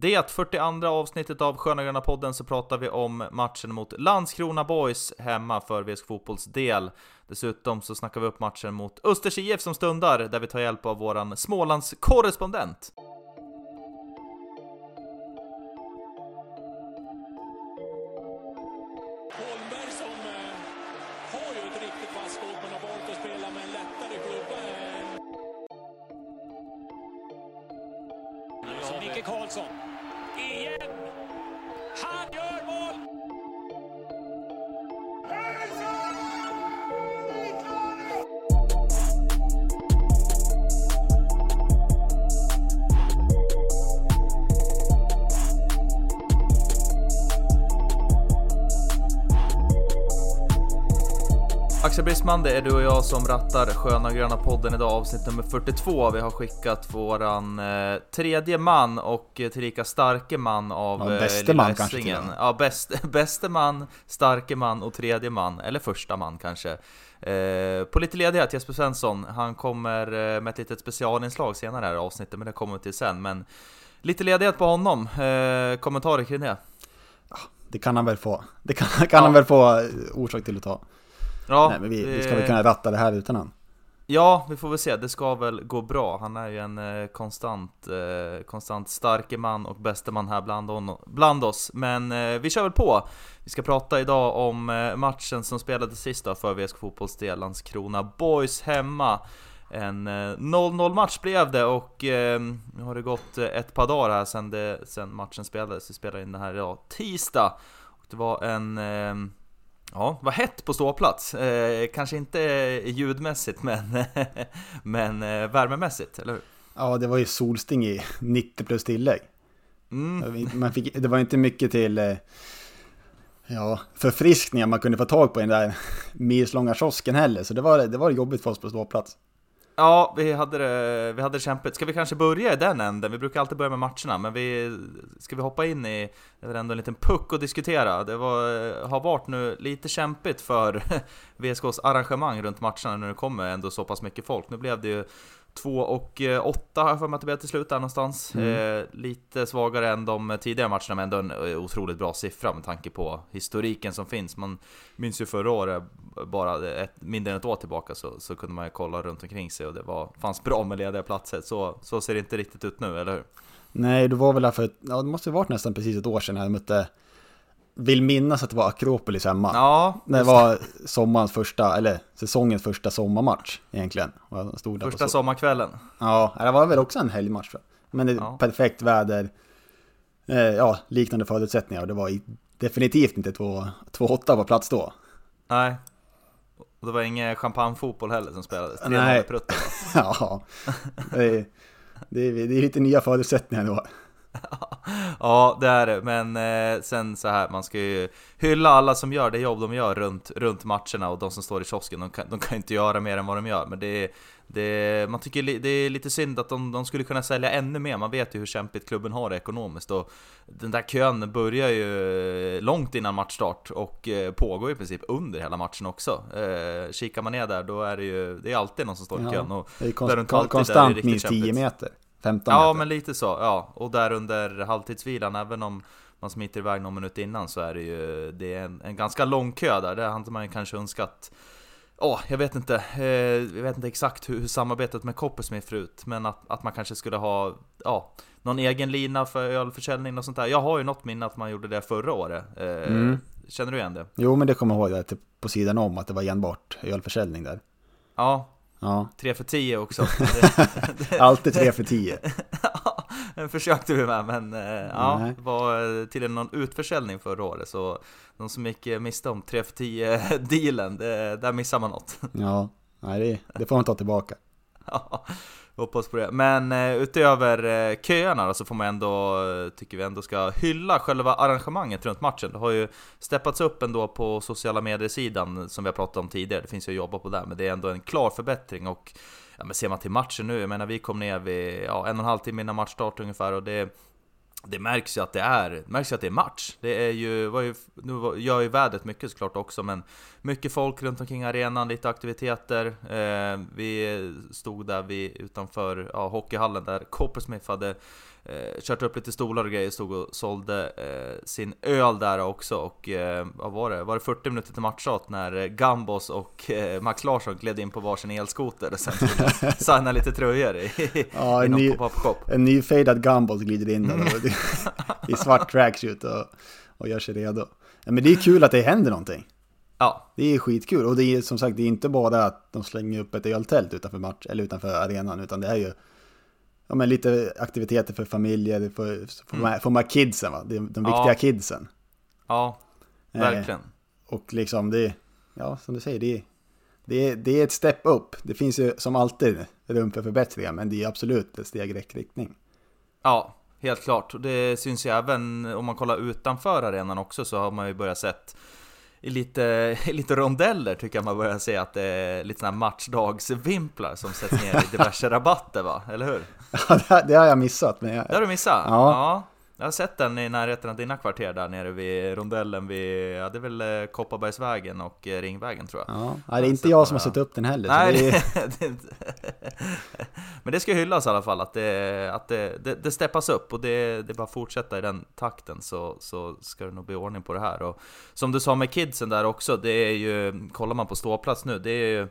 det 42:a avsnittet av Sköna Gröna podden så pratar vi om matchen mot Landskrona Boys hemma för VSK Fotbolls del. Dessutom så snackar vi upp matchen mot Östers IF som stundar, där vi tar hjälp av våran Smålands korrespondent. Holmberg som har ju ett riktigt fast skott men har valt att spela med en lättare klubba. Så Micke Karlsson. Igen! Han gör mål! Axel Brisman, det är du och jag som rattar Sköna Gröna podden idag, avsnitt nummer 42. Vi har skickat våran tredje man och tillika starke man av bäste man kanske. Ja, bäste man, starke man och tredje man, eller första man kanske. På lite ledighet, Jesper Svensson. Han kommer med ett litet specialinslag senare här i avsnittet, men det kommer vi till sen. Men lite ledighet på honom. Kommentarer kring det? Ja, det kan han väl få. Det kan han väl få orsak till att ta. Ja, nej, men vi ska väl kunna ratta det här utan han. Ja, vi får väl se. Det ska väl gå bra. Han är ju en konstant starke man och bäste man här bland oss. Men vi kör väl på. Vi ska prata idag om matchen som spelades sist då för VSK Fotbolls del, Landskrona Boys hemma. En 0-0 match blev det, och nu har det gått ett par dagar här sen matchen spelades. Vi spelade in det här idag tisdag. Och det var ja, var hett på ståplats. Kanske inte ljudmässigt, men värmemässigt, eller hur? Ja, det var ju solsting i 90 plus tillägg. Det var inte mycket till förfriskningar man kunde få tag på i den där milslånga kiosken heller. Så det var jobbigt för oss på ståplats. Ja, vi hade det kämpigt. Ska vi kanske börja i den änden? Vi brukar alltid börja med matcherna, men ska vi hoppa in i, det är ändå en liten puck att diskutera. Det har varit nu lite kämpigt för VSKs arrangemang runt matcherna när det kommer ändå så pass mycket folk. Nu blev det ju 2-8 har jag för mig att det blev till slut där någonstans. Lite svagare än de tidigare matcherna, men ändå en otroligt bra siffra med tanke på historiken som finns. Man minns ju förra året, bara mindre än ett år tillbaka, så kunde man ju kolla runt omkring sig och det fanns bra med lediga platser. Så ser det inte riktigt ut nu, eller hur? Nej, det var väl det måste ju varit nästan precis ett år sedan här. Jag mötte, vill minnas att det var Akropolis hemma. Ja, det var säsongens första sommarmatch egentligen. Första sommarkvällen. Ja, det var väl också en helgmatch. Men det perfekt väder. Liknande förutsättningar. Och det var definitivt inte 2-8 på plats då. Nej. Och det var ingen champagnefotboll heller som spelades. Nej. Ja. Det är lite nya förutsättningar då. Ja, det är det. Men sen så här, man ska ju hylla alla som gör det jobb de gör runt matcherna, och de som står i kiosken, de kan inte göra mer än vad de gör. Men man tycker det är lite synd att de skulle kunna sälja ännu mer. Man vet ju hur kämpigt klubben har det ekonomiskt, och den där kön börjar ju långt innan matchstart och pågår i princip under hela matchen också. Kikar man ner där, då är det är alltid någon som står i kön, och det är konstant minst 10 meter, 15 meter. Ja, meter. men lite så, ja. Och där under halvtidsvilan, även om man smiter iväg någon minut innan, så är det är en ganska lång kö där. Det hade man ju kanske önskat. Jag vet inte exakt hur samarbetet med Coppersmith förut, men att man kanske skulle ha någon egen lina för ölförsäljning och sånt där. Jag har ju något minne att man gjorde det förra året. Känner du igen det? Jo, men det kommer jag ihåg det på sidan om, att det var enbart ölförsäljning där. Ja. 3 för 10 också. Alltid 3 för 10. Den försökte vi med, men det var till någon utförsäljning förra året, så de som gick miste om 3 för 10 dealen, där missar man något. Ja, nej, det får man ta tillbaka. Ja, hoppas på det. Men utöver köerna då, så får man ändå, tycker vi ändå ska hylla själva arrangemanget runt matchen. Det har ju steppats upp ändå på sociala medier-sidan, som vi har pratat om tidigare. Det finns ju att jobba på där, men det är ändå en klar förbättring. Och men ser man till matchen nu, jag menar, vi kom ner vid 1,5 timme innan matchstart ungefär, och det märks ju att det är match. Det är ju, nu gör ju vädret mycket såklart också, men mycket folk runt omkring arenan, lite aktiviteter. Vi stod där utanför hockeyhallen där Coppersmith hade kört upp lite stolar och grejer, stod och sålde sin öl där också. Och vad var det 40 minuter till matchstart när Gambos och Max Larsson gled in på varsin elskoter och sen signa lite tröjor i någon pop-up shop. En nyfejdad Gambos glider in där i svart tracksuit och gör sig redo. Ja, men det är kul att det händer någonting. Ja. Det är skitkul, och det är som sagt, det är inte bara att de slänger upp ett öltält utanför match eller utanför arenan, utan det är ju lite aktiviteter för familjer, för de här kidsen, va? De viktiga kidsen. Ja, verkligen. Och liksom det, som du säger, det är ett step upp. Det finns ju som alltid rum för förbättringar, men det är absolut ett steg i rätt riktning. Ja, helt klart. Och det syns ju även om man kollar utanför arenan också, så har man ju börjat sett i lite rondeller, tycker jag man börjar se att det är lite såna här matchdagsvimplar som sätts ner i diverse rabatter, va? Eller hur? Ja, det har jag missat. Men Det har du missat? Ja. Jag har sett den i närheten av dina kvarter där nere vid rondellen vid, det är väl Kopparbergsvägen och Ringvägen, tror jag. Ja, det är inte jag som har satt upp den heller. Nej, men det ska hyllas i alla fall, att det steppas upp, och det bara fortsätta i den takten, så ska det nog bli ordning på det här. Och som du sa med kidsen där också, det är ju, kollar man på ståplats nu, det är ju,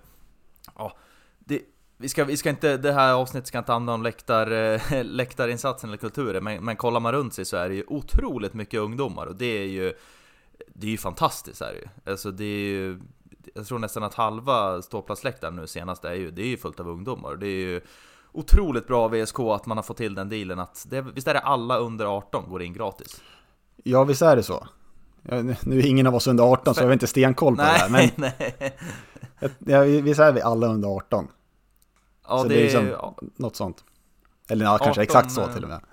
vi ska inte, det här avsnittet ska inte handla om läktarinsatsen eller kulturen, men kollar man runt sig så är det ju otroligt mycket ungdomar, och det är ju fantastiskt här ju. Alltså det är ju, jag tror nästan att halva ståplatsläktaren nu senast det är ju fullt av ungdomar. Det är ju otroligt bra av VSK att man har fått till den dealen att visst är det alla under 18 går in gratis. Ja, visst är det så. Nu är ingen av oss under 18 så jag har inte stenkoll på det här, men visst är vi alla under 18. Ja, så det är liksom något sånt. Eller kanske 18, exakt så till och med.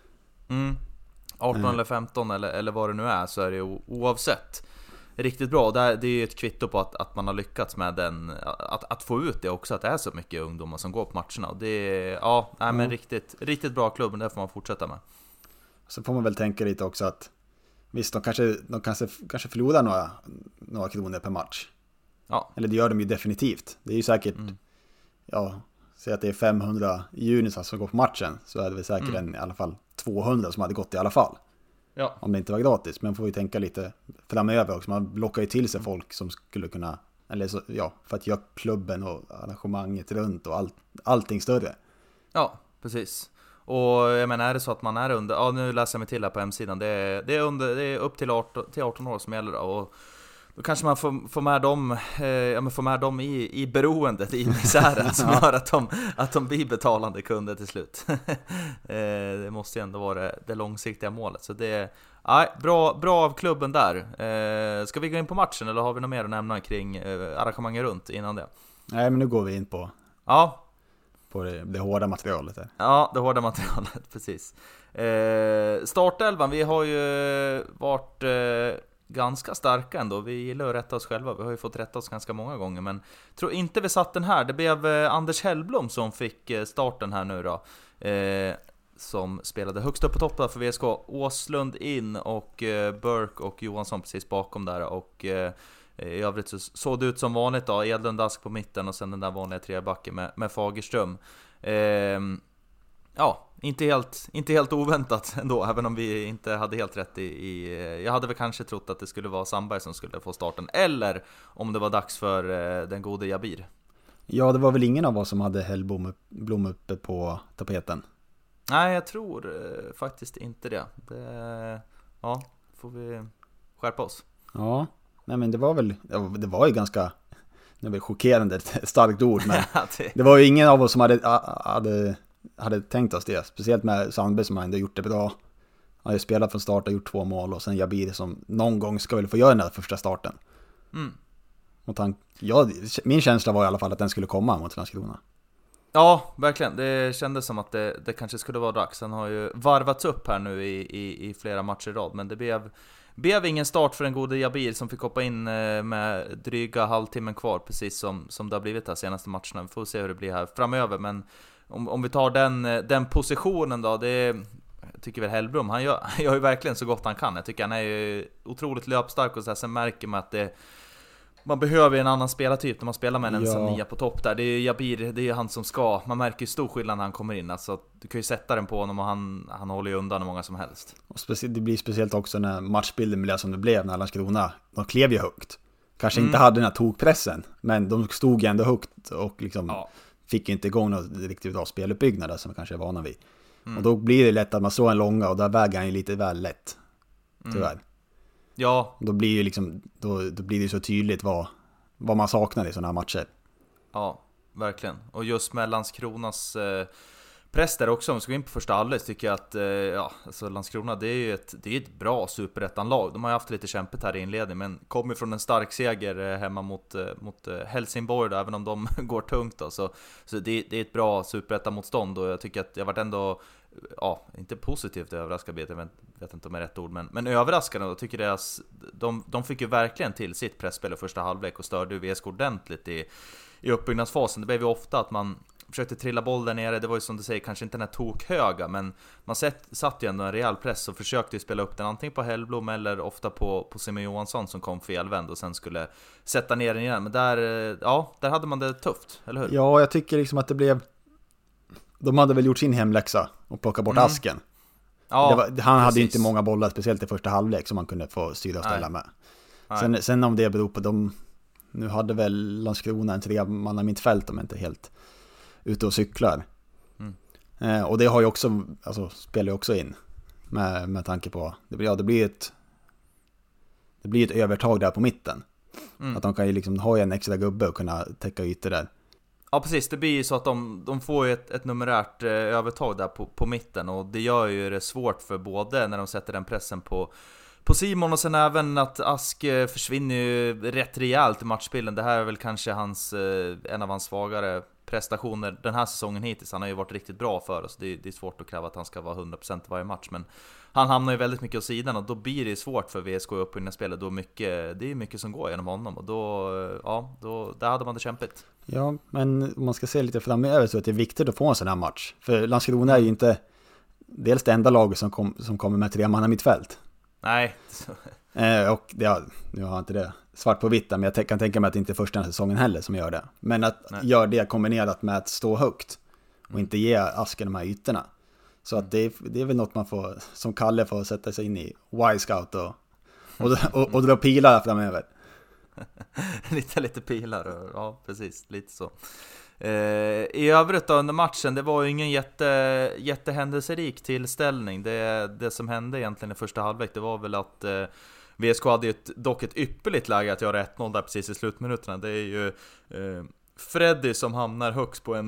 18 eller 15 eller vad det nu är, så är det oavsett riktigt bra. Det är ju ett kvitto på att man har lyckats med att få ut det också, att det är så mycket ungdomar som går på matcherna. Och det är men riktigt bra klubb, men det får man fortsätta med. Så får man väl tänka lite också att visst, de kanske förlorar några kronor per match. Ja. Eller det gör de ju definitivt. Det är ju säkert säg att det är 500 junisar som går på matchen, så är det väl säkert i alla fall 200 som hade gått i alla fall. Ja. Om det inte var gratis. Men får vi tänka lite framöver också. Man lockar ju till sig folk som skulle kunna, eller så, för att göra klubben och arrangemanget runt och allting större. Ja, precis. Och jag menar, är det så att man är under, nu läser jag mig till här på hemsidan, det är upp till 18 år som gäller då, och då kanske man får med dem i beroendet, i misären som gör att de blir betalande kunder till slut. Det måste ju ändå vara det långsiktiga målet. Så det är bra av klubben där. Ska vi gå in på matchen, eller har vi något mer att nämna kring arrangemanget runt innan det? Nej, men nu går vi in på det hårda materialet här. Ja, det hårda materialet, precis. Startelvan, vi har ju varit ganska starka ändå. Vi gillar att rätta oss själva. Vi har ju fått rätta oss ganska många gånger, men tror inte vi satt den här. Det blev Anders Hellblom som fick starten här nu då. Som spelade högst upp på toppen för VSK. Åslund in och Burke och Johansson precis bakom där. Och i övrigt så såg det ut som vanligt då. Edlund Ask på mitten och sen den där vanliga trebacken med Fagerström. Inte helt oväntat ändå, även om vi inte hade helt rätt jag hade väl kanske trott att det skulle vara Sandberg som skulle få starten, eller om det var dags för den gode Jabir. Ja, det var väl ingen av oss som hade Hellblom uppe på tapeten. Nej, jag tror faktiskt inte det. Får vi skärpa oss. Ja, nej, men det var ju ganska, det var chockerande, ett starkt ord, men det var ju ingen av oss som hade tänkt oss det. Speciellt med Sandberg som ändå gjort det bra. Han har ju spelat från start och gjort 2 mål. Och sen Jabir som någon gång ska väl få göra den där första starten. Min känsla var i alla fall att den skulle komma mot Landskrona. Ja, verkligen. Det kändes som att det kanske skulle vara dags. Han har ju varvats upp här nu i flera matcher i rad. Men det blev ingen start för den gode Jabir som fick hoppa in med dryga halvtimmen kvar. Precis som det har blivit här senaste matcherna. Vi får se hur det blir här framöver. Men om vi tar den positionen då, jag tycker väl Hellblom, han gör ju verkligen så gott han kan. Jag tycker han är ju otroligt löpstark, och sen märker man att man behöver en annan spelartyp när man spelar med en nia på topp där. Det är Jabir, det är han som ska. Man märker ju stor skillnad när han kommer in. Alltså, du kan ju sätta den på honom och han håller ju undan hur många som helst. Och det blir speciellt också när matchbilden blev som det blev när Landskrona, de klev ju högt. Kanske inte hade den här tokpressen, men de stod ju ändå högt och liksom fick inte igång något riktigt bra speluppbyggnad som vi kanske är vana vid. Och då blir det lätt att man slår en långa och där väger han ju lite väl lätt. Tyvärr. Ja. Då blir ju liksom, då blir det så tydligt vad man saknar i sådana här matcher. Ja, verkligen. Och just med Landskronas press där också, om vi ska gå in på första halvlek, tycker jag att alltså Landskrona, det är ju ett bra superettanlag. De har ju haft lite kämpet här i inledningen, men kommer från en stark seger hemma mot Helsingborg då, även om de går tungt då, så det är ett bra superettamotstånd, och jag tycker att jag varit ändå inte positivt överraskad, jag vet inte om det är rätt ord, men överraskande. Jag tycker de fick ju verkligen till sitt pressspel i första halvlek och störde VSK ordentligt i uppbyggnadsfasen. Det blev ju ofta att man försökte trilla boll där nere. Det var ju som du säger, kanske inte den här tokhöga, men man satt ju ändå en rejäl press och försökte ju spela upp den antingen på Hellblom eller ofta på Simon Johansson som kom felvänd och sen skulle sätta ner den igen. Men där hade man det tufft, eller hur? Ja, jag tycker liksom att det blev... De hade väl gjort sin hemläxa och plockat bort asken. Ja, han hade ju inte många bollar, speciellt i första halvlek, som man kunde få styra och ställa med. Sen om det beror på dem... Nu hade väl Landskrona en 3-manna mittfält, om inte helt ute och cyklar. Och det har ju också, alltså, spelar ju också in med tanke på det blir ett övertag där på mitten. Att de kan ju liksom ha en extra gubbe och kunna täcka ytor där. Ja, precis, det blir ju så att de får ju ett numerärt övertag där på mitten, och det gör ju det svårt för både när de sätter den pressen på Simon, och sen även att Ask försvinner ju rätt rejält i matchbilden. Det här är väl kanske en av hans svagare prestationer den här säsongen hittills. Han har ju varit riktigt bra för oss. Det är svårt att kräva att han ska vara 100% i varje match, men han hamnar ju väldigt mycket åt sidan, och då blir det svårt för VSK upp i spelet. Det är mycket som går genom honom, och då där hade man det kämpigt. Ja, men om man ska se lite framöver så är det viktigt att få en sån här match. För Landskrona är ju inte dels det enda laget som kommer med 3-manna mittfält. Nej. Och nu har jag inte det svart på vitt, men jag kan tänka mig att det inte är första säsongen heller som gör det. Men att göra det kombinerat med att stå högt och inte ge Asken de här ytorna. Så att det är väl något man får, som Kalle får sätta sig in i Y-scout och dra pilar framöver. lite pilar, ja precis, lite så. I övrigt då, under matchen, det var ju ingen jättehändelserik tillställning. Det som hände egentligen i första halvlek, det var väl att VSK hade dock ett ypperligt läge att göra 1-0 där precis i slutminuterna. Det är ju Freddy som hamnar högst på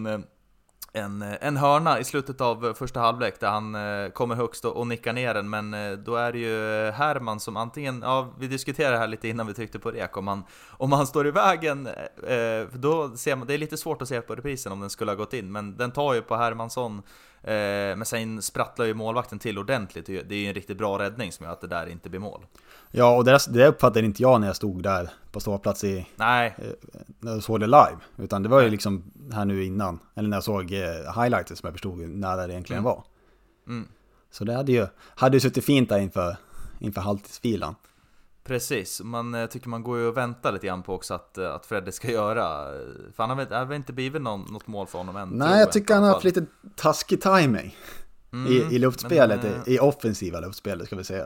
en hörna i slutet av första halvlek, där han kommer högst och nickar ner den, men då är det ju Herman som antingen, vi diskuterade här lite innan vi tryckte på rek, om han står i vägen, då ser man, det är lite svårt att se på reprisen om den skulle ha gått in, men den tar ju på Hermansson, men sen sprattlar ju målvakten till ordentligt. Det är ju en riktigt bra räddning som gör att det där inte blir mål. Ja, och det uppfattade inte jag när jag stod där på ståplats när jag såg det live, utan det var ju liksom här nu innan, eller när jag såg highlights som jag förstod när det egentligen var. Så det hade ju suttit fint där inför halvtidsfilan. Precis, man tycker man går ju och väntar lite grann på också att Freddy ska göra. För han har väl inte blivit något mål för honom än. Nej, jag tycker han har haft lite taskig timing i luftspelet, i offensiva luftspelet ska vi säga.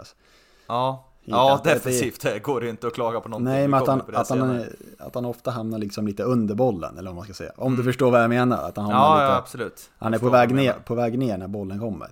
Ja, defensivt det går det inte att klaga på någonting. Nej, men att han ofta hamnar liksom lite under bollen, eller vad man ska säga. Om du förstår vad jag menar. Att han hamnar lite, absolut. Han är på väg ner när bollen kommer.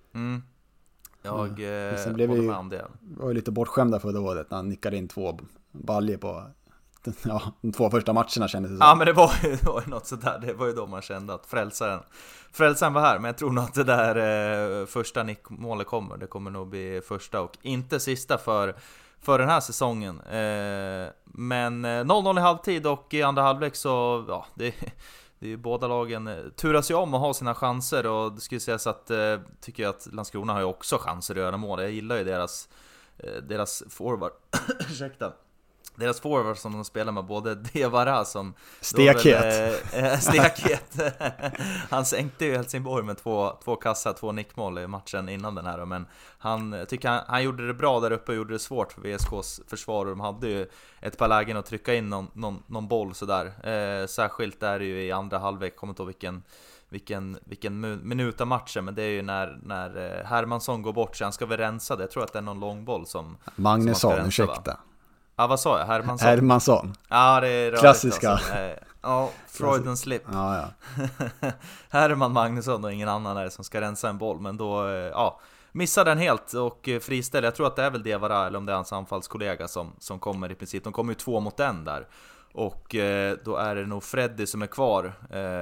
Sen blev håller med om det. Var ju lite bortskämda förra året när han nickade in 2 baljer på de 2 första matcherna, kändes det så. Ja, men det var ju något sådär. Det var ju då man kände att frälsaren var här. Men jag tror nog att det där första nickmålet kommer. Det kommer nog bli första och inte sista för den här säsongen. Men 0-0 i halvtid, och i andra halvlek så det är ju båda lagen turas ju om att ha sina chanser, och det skulle sägas att tycker jag att Landskrona har ju också chanser att göra mål. Jag gillar ju deras forward. Ursäkta. deras forward som de spelar med, både Diawara som stekhet. Han sänkte ju Helsingborg med två kassar, 2 nickmål i matchen innan den här, men han gjorde det bra där uppe och gjorde det svårt för VSKs försvar, och de hade ju ett par lägen att trycka in någon boll sådär, särskilt där ju i andra halvlek, kommer inte ihåg vilken minut av matchen, men det är ju när Hermansson går bort, så han ska väl rensa det. Jag tror att det är någon långbboll som Magnusson, ursäkta. Ja, vad sa jag? Hermansson. Ja, det är klassiska. Alltså. Ja, Freuden slip. Ja. Herman Magnusson och ingen annan är som ska rensa en boll, men då missar den helt och friställer. Jag tror att det är väl Diawara eller om det är hans anfallskollega som kommer i princip. De kommer ju 2 mot 1 där. Och då är det nog Freddy som är kvar.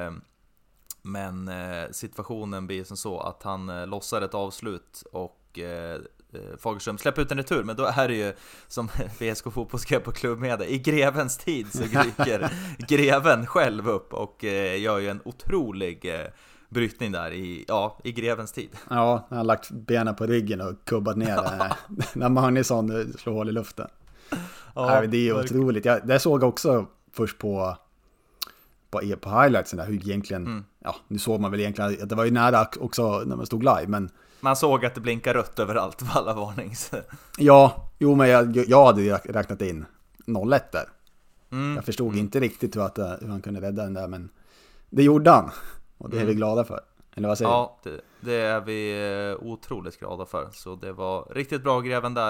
Men situationen blir som så att han lossar ett avslut och Fagerström släpper ut en retur, men då är det ju som VSK Fotboll skrev på klubbmedia, i grevens tid så ryker greven själv upp och gör ju en otrolig brytning där i grevens tid. Ja, han har lagt benen på ryggen och kubbat ner när Magnusson slår hål i luften. Ja, det är ju otroligt. Det såg jag också först på highlightsen där, hur egentligen, nu såg man väl egentligen att det var ju nära också när man stod live, men man såg att det blinkar rött överallt på alla varnings. Ja, men jag hade ju räknat in 0-1 där. Jag förstod inte riktigt hur han kunde rädda den där, men det gjorde han. Och det är vi glada för. Eller vad säger du? Ja, det är vi otroligt glada för. Så det var riktigt bra greven där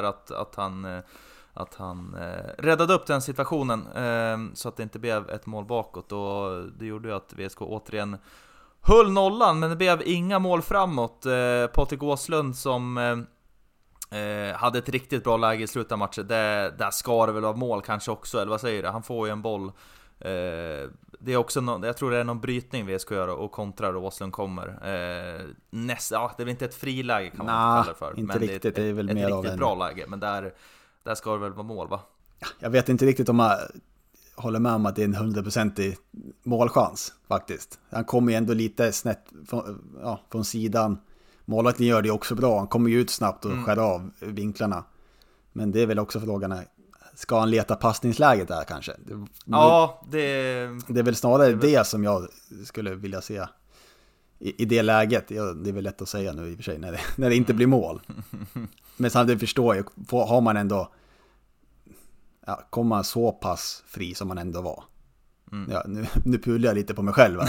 att han räddade upp den situationen så att det inte blev ett mål bakåt. Och det gjorde ju att VSK återigen höll nollan, men det blev inga mål framåt. Patrik Åslund som hade ett riktigt bra läge i slutet av matchen. Där ska det väl vara mål kanske också, eller vad säger du? Han får ju en boll. Det är också jag tror det är någon brytning vi ska göra och kontrar och Åslund kommer. Det är väl inte ett friläge kan man inte kalla det för. Inte men riktigt, det är väl mer ett riktigt bra läge, men där ska det väl vara mål, va? Jag vet inte riktigt om jag håller med om att det är en 100% målchans faktiskt. Han kommer ju ändå lite snett från sidan. Målvakten gör det också bra. Han kommer ju ut snabbt och skär av vinklarna. Men det är väl också frågan, ska han leta passningsläget där kanske? Det är väl snarare det som jag skulle vilja se i det läget. Det är väl lätt att säga nu i och för sig när det inte blir mål. Men samtidigt förstår jag, har man ändå kommer man så pass fri som man ändå var. Nu pular jag lite på mig själv.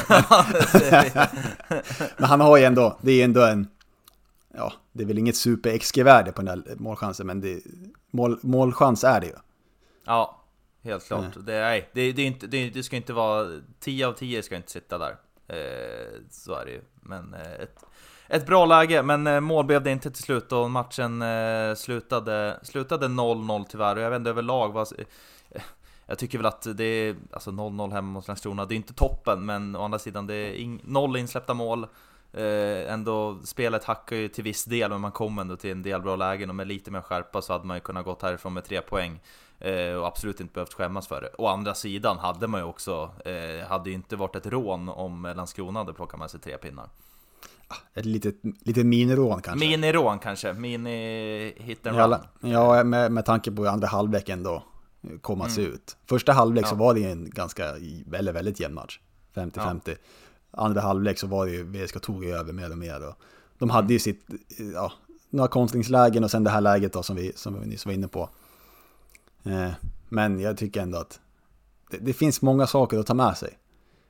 Men han har ju ändå, det är ändå det är väl inget super XG-värde på den där målchansen, men målchans är det ju. Ja, helt klart. Det ska inte vara 10 av 10 ska inte sitta där. Så är det ju. Men ett bra läge, men mål blev det inte till slut och matchen slutade 0-0 tyvärr. Och jag vet inte överlag jag tycker väl att det är alltså 0-0 hemma mot Landskrona. Det är inte toppen, men å andra sidan det är 0 insläppta mål. Ändå spelet hackar ju till viss del, men man kommer ändå till en del bra lägen och med lite mer skärpa så hade man ju kunnat gått härifrån med 3 poäng och absolut inte behövt skämmas för det. Å andra sidan hade man ju också hade ju inte varit ett rån om Landskrona hade plockat med sig 3 pinnar. Ett litet minirån kanske. Mini-hit and run. Ja, med tanke på andra halvlek ändå komma se ut. Första halvlek så var det en ganska väldigt jämn match. 50-50. Andra halvlek så var det ju VSK tog över mer och mer. Och de hade ju sitt några kontringslägen och sen det här läget då som vi nyss var inne på. Men jag tycker ändå att det finns många saker att ta med sig.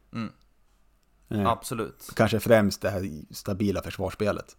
Absolut. Kanske främst det här stabila försvarsspelet.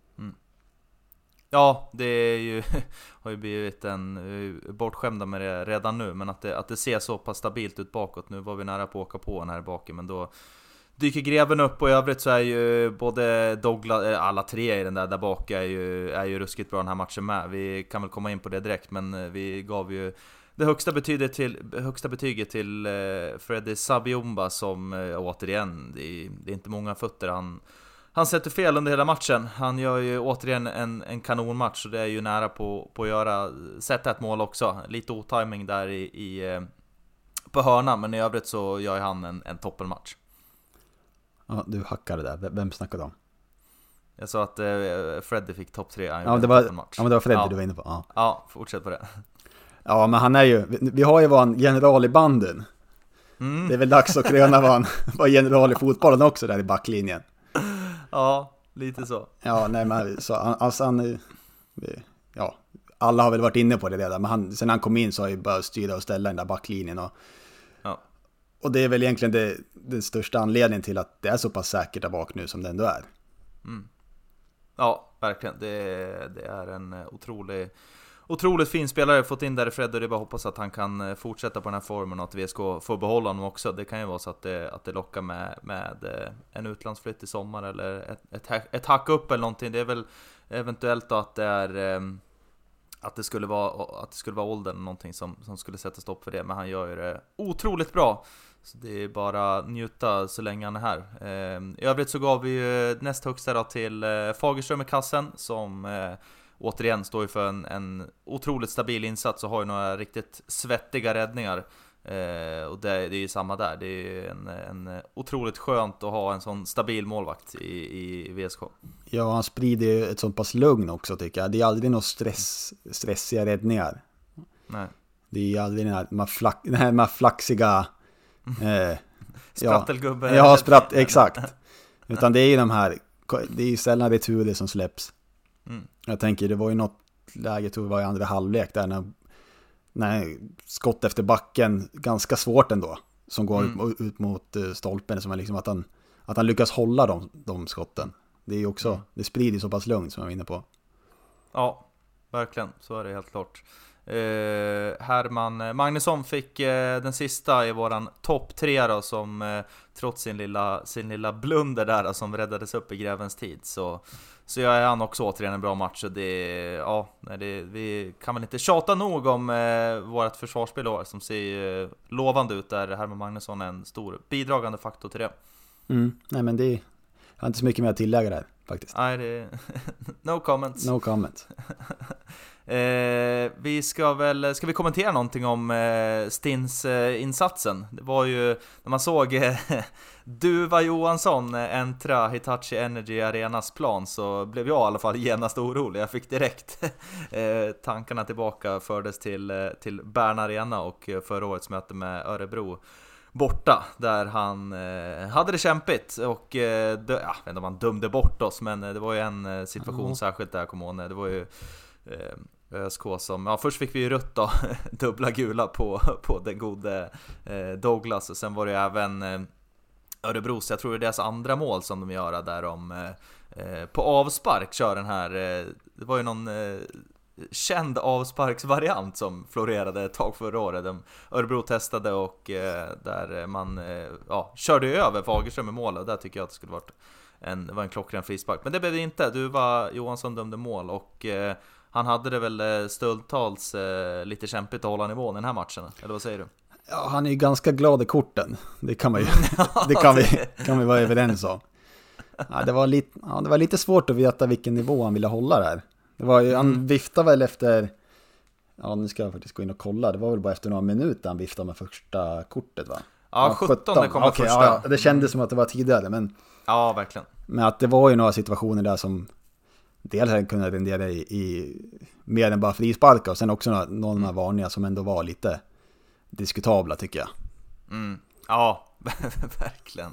Ja, det är ju har ju blivit bortskämda med det redan nu, men att det ser så pass stabilt ut bakåt. Nu var vi nära på att åka på den här baken, men då dyker greven upp och i övrigt så är ju både Douglas, alla tre i den där bak är ju ruskigt bra den här matchen med. Vi kan väl komma in på det direkt, men vi gav ju det högsta betyget till Freddy Sabiumba som återigen, det är inte många fötter han sätter fel under hela matchen. Han gör ju återigen en kanonmatch och det är ju nära på att sätta ett mål också. Lite otiming där på hörnan, men i övrigt så gör han en toppenmatch. Ja, du hackade där. Vem snackade om? Jag sa att Freddy fick topp 3. Ja, men det var Freddy du var inne på. Ja, fortsätt på det. Ja, men han är ju, vi har ju varit general i banden. Det är väl dags att kröna var general i fotbollen också där i backlinjen. Ja, lite så. Ja, nej men så, alltså ja, alla har väl varit inne på det redan, men sen han kom in så har ju bara styra och ställa den där backlinjen och det är väl egentligen den största anledningen till att det är så pass säkert där bak nu som det ändå är. Ja, verkligen. Det är en otroligt fin spelare fått in där i Fred, och det är bara hoppas att han kan fortsätta på den här formen och att VSK får behålla honom också. Det kan ju vara så att det lockar med en utlandsflytt i sommar eller ett hack upp eller någonting. Det är väl eventuellt att det är att det skulle vara åldern eller någonting som skulle sätta stopp för det, men han gör ju det otroligt bra. Så det är bara njuta så länge han är här. I övrigt så gav vi ju näst högsta då till Fagerström i kassen, som återigen står ju för en otroligt stabil insats och har ju några riktigt svettiga räddningar. Och det är ju samma där. Det är ju en otroligt skönt att ha en sån stabil målvakt i VSK. Ja, han sprider ju ett sånt pass lugn också, tycker jag. Det är aldrig några stressiga räddningar. Nej. Det är aldrig den här flaxiga sprattelgubben. Ja, exakt. Utan det är ju det är ju sällan returer som släpps. Jag tänker, det var ju något läge, tror jag var i andra halvlek där när skott efter backen, ganska svårt ändå, som går ut mot stolpen, som är liksom att han lyckas hålla de skotten. Det är ju också, det sprider så pass lugnt som jag var inne på. Ja, verkligen, så är det helt klart. Herman Magnusson fick den sista i våran topp 3 då, som trots sin lilla blunder där då, som räddades upp i grävens tid, så är han också återigen en bra match. Och vi kan väl inte tjata nog om vårt försvarsspel då, som ser lovande ut, där Herman Magnusson är en stor bidragande faktor till det. Nej, men jag har inte så mycket mer att tillägga där faktiskt. Nej, det no comments. No comment. Ska vi kommentera någonting om Stins insatsen? Det var ju när man såg Duva Johansson äntra Hitachi Energy Arenas plan, så blev jag i alla fall genast orolig. Jag fick direkt tankarna tillbaka, fördes till Bern Arena och förra årets möte med Örebro borta, där han hade det kämpigt och jag vet inte om han dömde bort oss, men det var ju en situation särskilt där jag kom ihåg. Det var ju ÖSK som, först fick vi ju rött då, dubbla gula på den gode Douglas, och sen var det ju även Örebro, så jag tror det är deras andra mål som de gör där de på avspark kör den här, det var ju någon känd avsparksvariant som florerade ett tag förra året. Örebro testade och där man körde över Fagerström i mål, och där tycker jag att det skulle varit en klockren frispark. Men det blev det inte. Johansson dömde mål, och han hade det väl stundtals lite kämpigt att hålla nivån i den här matchen, eller vad säger du? Ja, han är ju ganska glad i korten. Det kan man ju kan vi vara överens om. Ja, det var lite svårt att veta vilken nivå han ville hålla där. Det var ju, han viftade väl efter, nu ska jag faktiskt gå in och kolla, det var väl bara efter några minuter han viftade med första kortet, va? Ja, 17 kom första. Ja, det kändes som att det var tidigare, men ja, verkligen. Men att det var ju några situationer där som dels kunde rendera i mer än bara frisparka, och sen också någon av varningar som ändå var lite diskutabla, tycker jag. Ja, verkligen.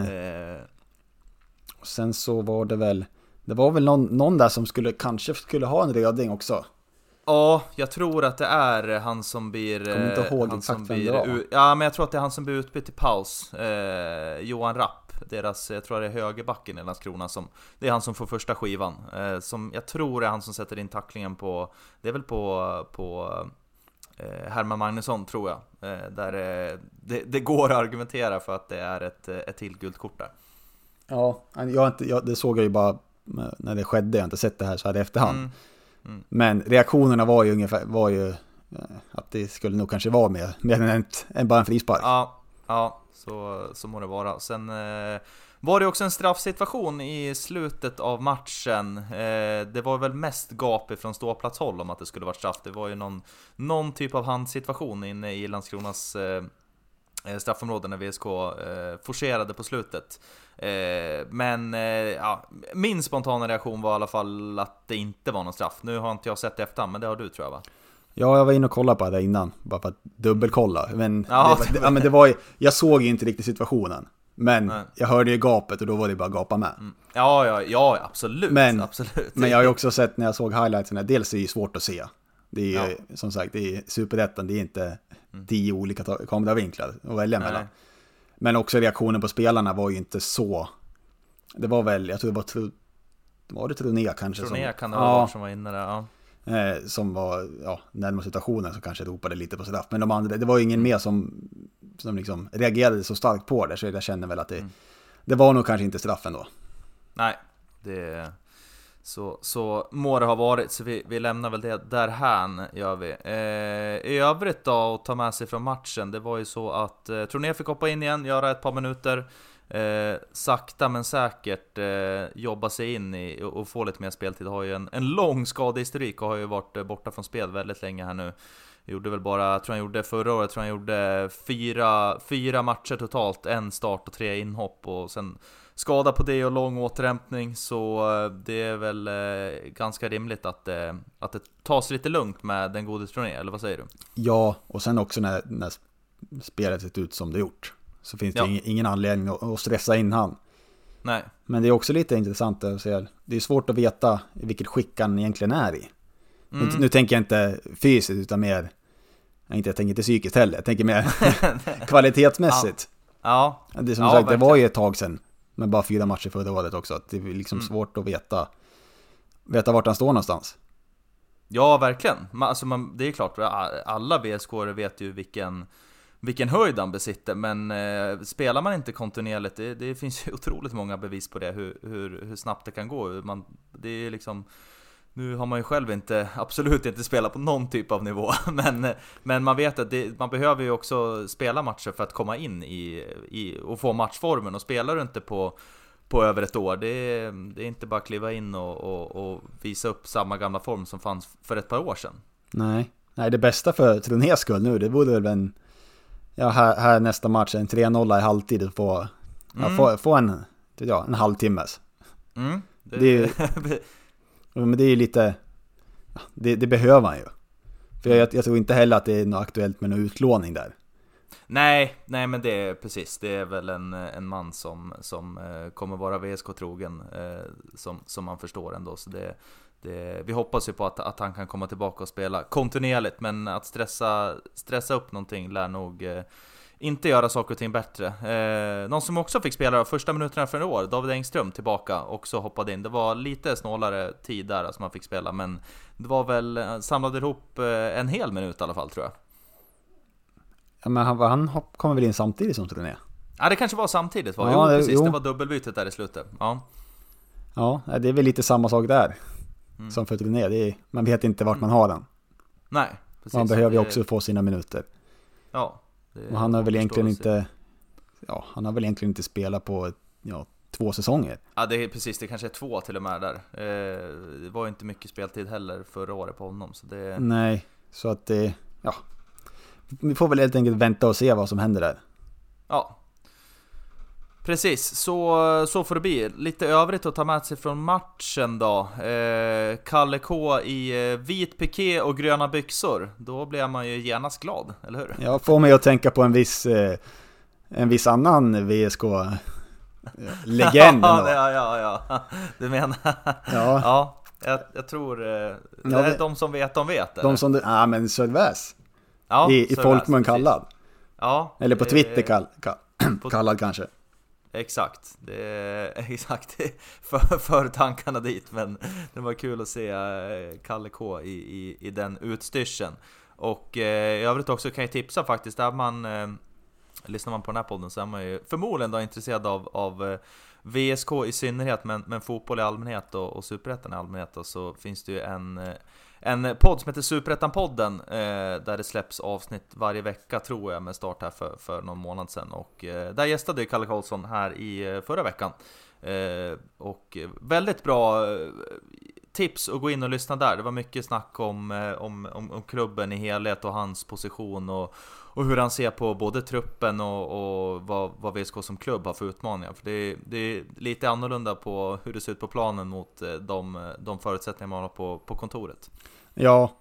Och sen så var det var väl någon där som kanske skulle ha en röding också. Ja, jag tror att det är han som blir... Jag kommer inte ihåg exakt vem det var. Ja, men jag tror att det är han som blir utbytt i paus. Johan Rapp, jag tror det är högerbacken i Landskrona, det är han som får första skivan. Som jag tror är han som sätter in tacklingen på... Det är väl på Herman Magnusson, tror jag. Där det går att argumentera för att det är ett till guldkort där. Ja, det såg jag ju bara när det skedde. Jag har inte sett det här så här i efterhand. Men reaktionerna var ju att det skulle nog kanske vara mer än bara en frispark. Ja, så må det vara. Sen var det också en straffsituation i slutet av matchen. Det var väl mest gap ifrån ståplatshåll om att det skulle vara straff. Det var ju någon typ av handsituation inne i Landskronas straffområden när VSK forcerade på slutet. Men min spontana reaktion var i alla fall att det inte var någon straff. Nu har inte jag sett det efter, men det har du, tror jag, va? Ja, jag var inne och kollade på det innan, bara för att dubbelkolla. Men, men det var ju, jag såg ju inte riktigt situationen. Men jag hörde ju gapet och då var det bara att gapa med. Ja, absolut. Men jag har ju också sett när jag såg highlightsen, dels är det ju svårt att se. Det är ju, som sagt, det är superettan, det är inte 10 olika kameravinklar att välja mellan. Men också reaktionen på spelarna var ju inte så. Det var väl, jag tror det var det Troné kanske. Troné kan det vara som var inne där, som var närmare situationen, så kanske ropade lite på straff. Men de andra, det var ju ingen mer som liksom reagerade så starkt på det, så jag känner väl att det var nog kanske inte straffen då. Nej, det så må det ha varit, så vi lämnar väl det därhän, gör vi. I övrigt då, att ta med sig från matchen, det var ju så att Troné fick hoppa in igen, göra ett par minuter, sakta men säkert jobba sig in i och få lite mer speltid. Har ju en lång skadehistorik och har ju varit borta från spel väldigt länge här nu. Gjorde väl bara, jag tror han gjorde förra året, tror han gjorde fyra matcher totalt, en start och 3 inhopp, och sen skada på det och lång återhämtning. Så det är väl ganska rimligt att det tas lite lugnt med den gode Troné, eller vad säger du? Ja, och sen också när spelet sett ut som det gjort, så finns det ingen anledning att stressa in han. Nej. Men det är också lite intressant att se. Det är svårt att veta vilket skick han egentligen är i. Nu tänker jag inte fysiskt, utan mer, jag tänker inte psykiskt heller. Jag tänker mer kvalitetsmässigt. Ja. Det är som sagt, det var ju ett tag sedan, men bara 4 matcher förra året också. Att det är liksom svårt att veta vart han står någonstans. Ja, verkligen. Alltså det är klart, alla VSK-are vet ju vilken höjd han besitter, men spelar man inte kontinuerligt, det finns ju otroligt många bevis på det, hur snabbt det kan gå. Det är liksom, nu har man ju själv absolut inte spelat på någon typ av nivå, men man vet att man behöver ju också spela matcher för att komma in i och få matchformen, och spelar du inte på över ett år, det är inte bara kliva in och visa upp samma gamla form som fanns för ett par år sedan. Nej, det bästa för Tronés skull nu, det borde väl här nästa match, en 3-0 i halvtid, och få en halvtimmes. Men det är ju lite, det behöver han ju. För jag tror inte heller att det är något aktuellt med någon utlåning där. Nej, men det är precis, det är väl en man som kommer vara VSK-trogen, som man förstår ändå. Så vi hoppas ju på att han kan komma tillbaka och spela kontinuerligt, men att stressa upp någonting lär nog inte göra saker och ting bättre. Någon som också fick spela första minuterna för i år, David Engström, tillbaka, också hoppade in. Det var lite snålare tid där som han fick spela, men det var väl, samlade ihop en hel minut i alla fall, tror jag. Ja, men han kommer väl in samtidigt som Troné? Ja, det kanske var samtidigt. Det var dubbelbytet där i slutet. Ja, det är väl lite samma sak där som för Troné. Man vet inte vart man har den. Nej, precis. Man behöver ju också få sina minuter. Ja. Och han har väl egentligen inte spelat på 2 säsonger. Ja, det är precis, det kanske är 2 till och med där. Det var ju inte mycket speltid heller förra året på honom, så det... Nej, så att det, vi får väl helt enkelt vänta och se vad som händer där. Ja. Precis, så får det bli. Lite övrigt att ta med sig från matchen då. Kalle K i vit piké och gröna byxor. Då blir man ju genast glad, eller hur? Jag får mig att tänka på en viss annan VSK-legend. Ja. Du menar? Ja. Jag tror det är de som vet, de vet. De som men Sörväs. Ja, i folkmun kallad. Ja. Eller på Twitter kallad kanske. Exakt, det är exakt för tankarna dit, men det var kul att se Kalle K i den utstyrseln. Och i övrigt också kan jag tipsa faktiskt, där lyssnar man på den här podden så är man ju förmodligen då intresserad av VSK i synnerhet, men fotboll i allmänhet och Superettan i allmänhet, och så finns det ju en podd som heter Superettan-podden, där det släpps avsnitt varje vecka, tror jag, med start här för någon månad sedan. Och där gästade Kalle Karlsson här i förra veckan. Och väldigt bra tips att gå in och lyssna där. Det var mycket snack om klubben i helhet och hans position och hur han ser på både truppen och vad VSK som klubb har för utmaningar. För det är lite annorlunda på hur det ser ut på planen mot de förutsättningar man har på kontoret. Ja,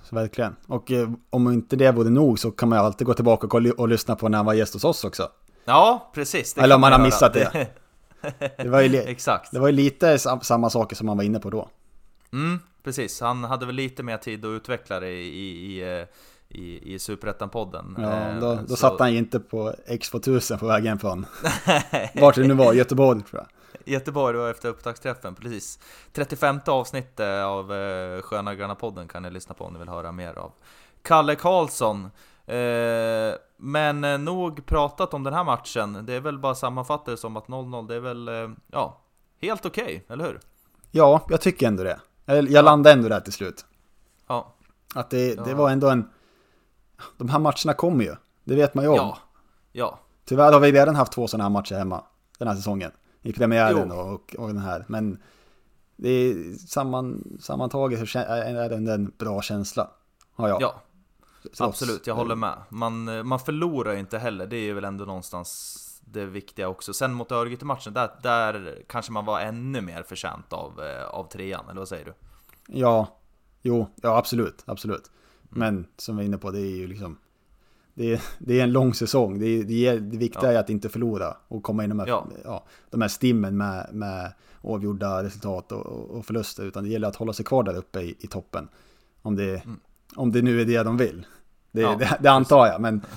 så verkligen. Och om inte det vore nog så kan man ju alltid gå tillbaka och lyssna på när han var gäst hos oss också. Ja, precis. Eller om man har missat det. Det var ju Exakt. Det var ju lite samma saker som man var inne på då. Precis. Han hade väl lite mer tid att utveckla det i Superettan-podden. Ja, då satt han ju inte på X2000 på vägen från vart det nu var, Göteborg tror jag. Göteborg var efter upptaktsträffen, precis. 35:e avsnittet av Sköna Gröna podden kan ni lyssna på om ni vill höra mer av Kalle Karlsson. Men nog pratat om den här matchen. Det är väl bara sammanfattat som att 0-0, det är väl helt okej, eller hur? Ja, jag tycker ändå det. Jag landade ändå där till slut. Ja. Att det var ändå de här matcherna kommer ju. Det vet man ju om. Ja. Tyvärr har vi redan haft 2 sådana här matcher hemma den här säsongen. I premiären och den här. Men det är sammantaget så är det en bra känsla. Ja, absolut, jag håller med. Man förlorar inte heller. Det är väl ändå någonstans det viktiga också. Sen mot Örgryte-matchen, där kanske man var ännu mer förtjänt av 3:an, eller vad säger du? Ja, absolut. Men som vi är inne på, det är ju liksom det är en lång säsong. Det viktiga är att inte förlora och komma in de här stimmen med avgjorda resultat och förluster, utan det gäller att hålla sig kvar där uppe i toppen. Om det nu är det de vill. Det antar jag, men,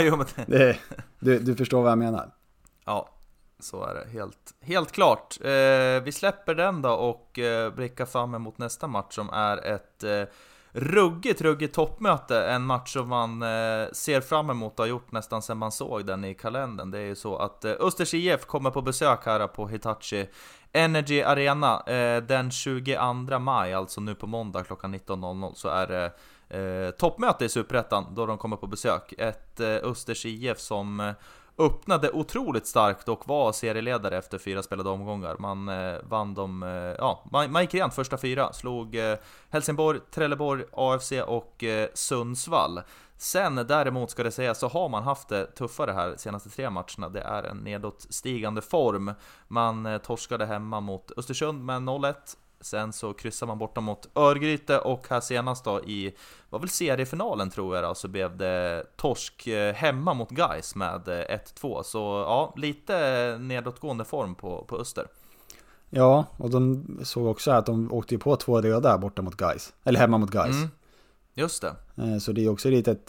du förstår vad jag menar. Ja, så är det helt klart. Vi släpper den då och blickar fram emot nästa match som är ett ruggigt toppmöte. En match som man ser fram emot och har gjort nästan sedan man såg den i kalendern. Det är ju så att Östers IF kommer på besök här på Hitachi Energy Arena den 22 maj, alltså nu på måndag klockan 19.00, så är det toppmöte i Superettan då de kommer på besök. Ett Östers IF som öppnade otroligt starkt och var serieledare efter 4 spelade omgångar. Man vann man gick igen första 4, slog Helsingborg, Trelleborg, AFC och Sundsvall. Sen däremot ska det säga så har man haft det tuffare här senaste 3 matcherna. Det är en nedåtstigande form. Man torskade hemma mot Östersund med 0-1. Sen så kryssar man borta mot Örgryte och här senast då var väl seriefinalen tror jag då, så blev det torsk hemma mot Gais med 1-2. Så ja, lite nedåtgående form på Öster. Ja, och de såg också att de åkte ju på 2 röda borta mot Gais, eller hemma mot Gais. Just det. Så det är också lite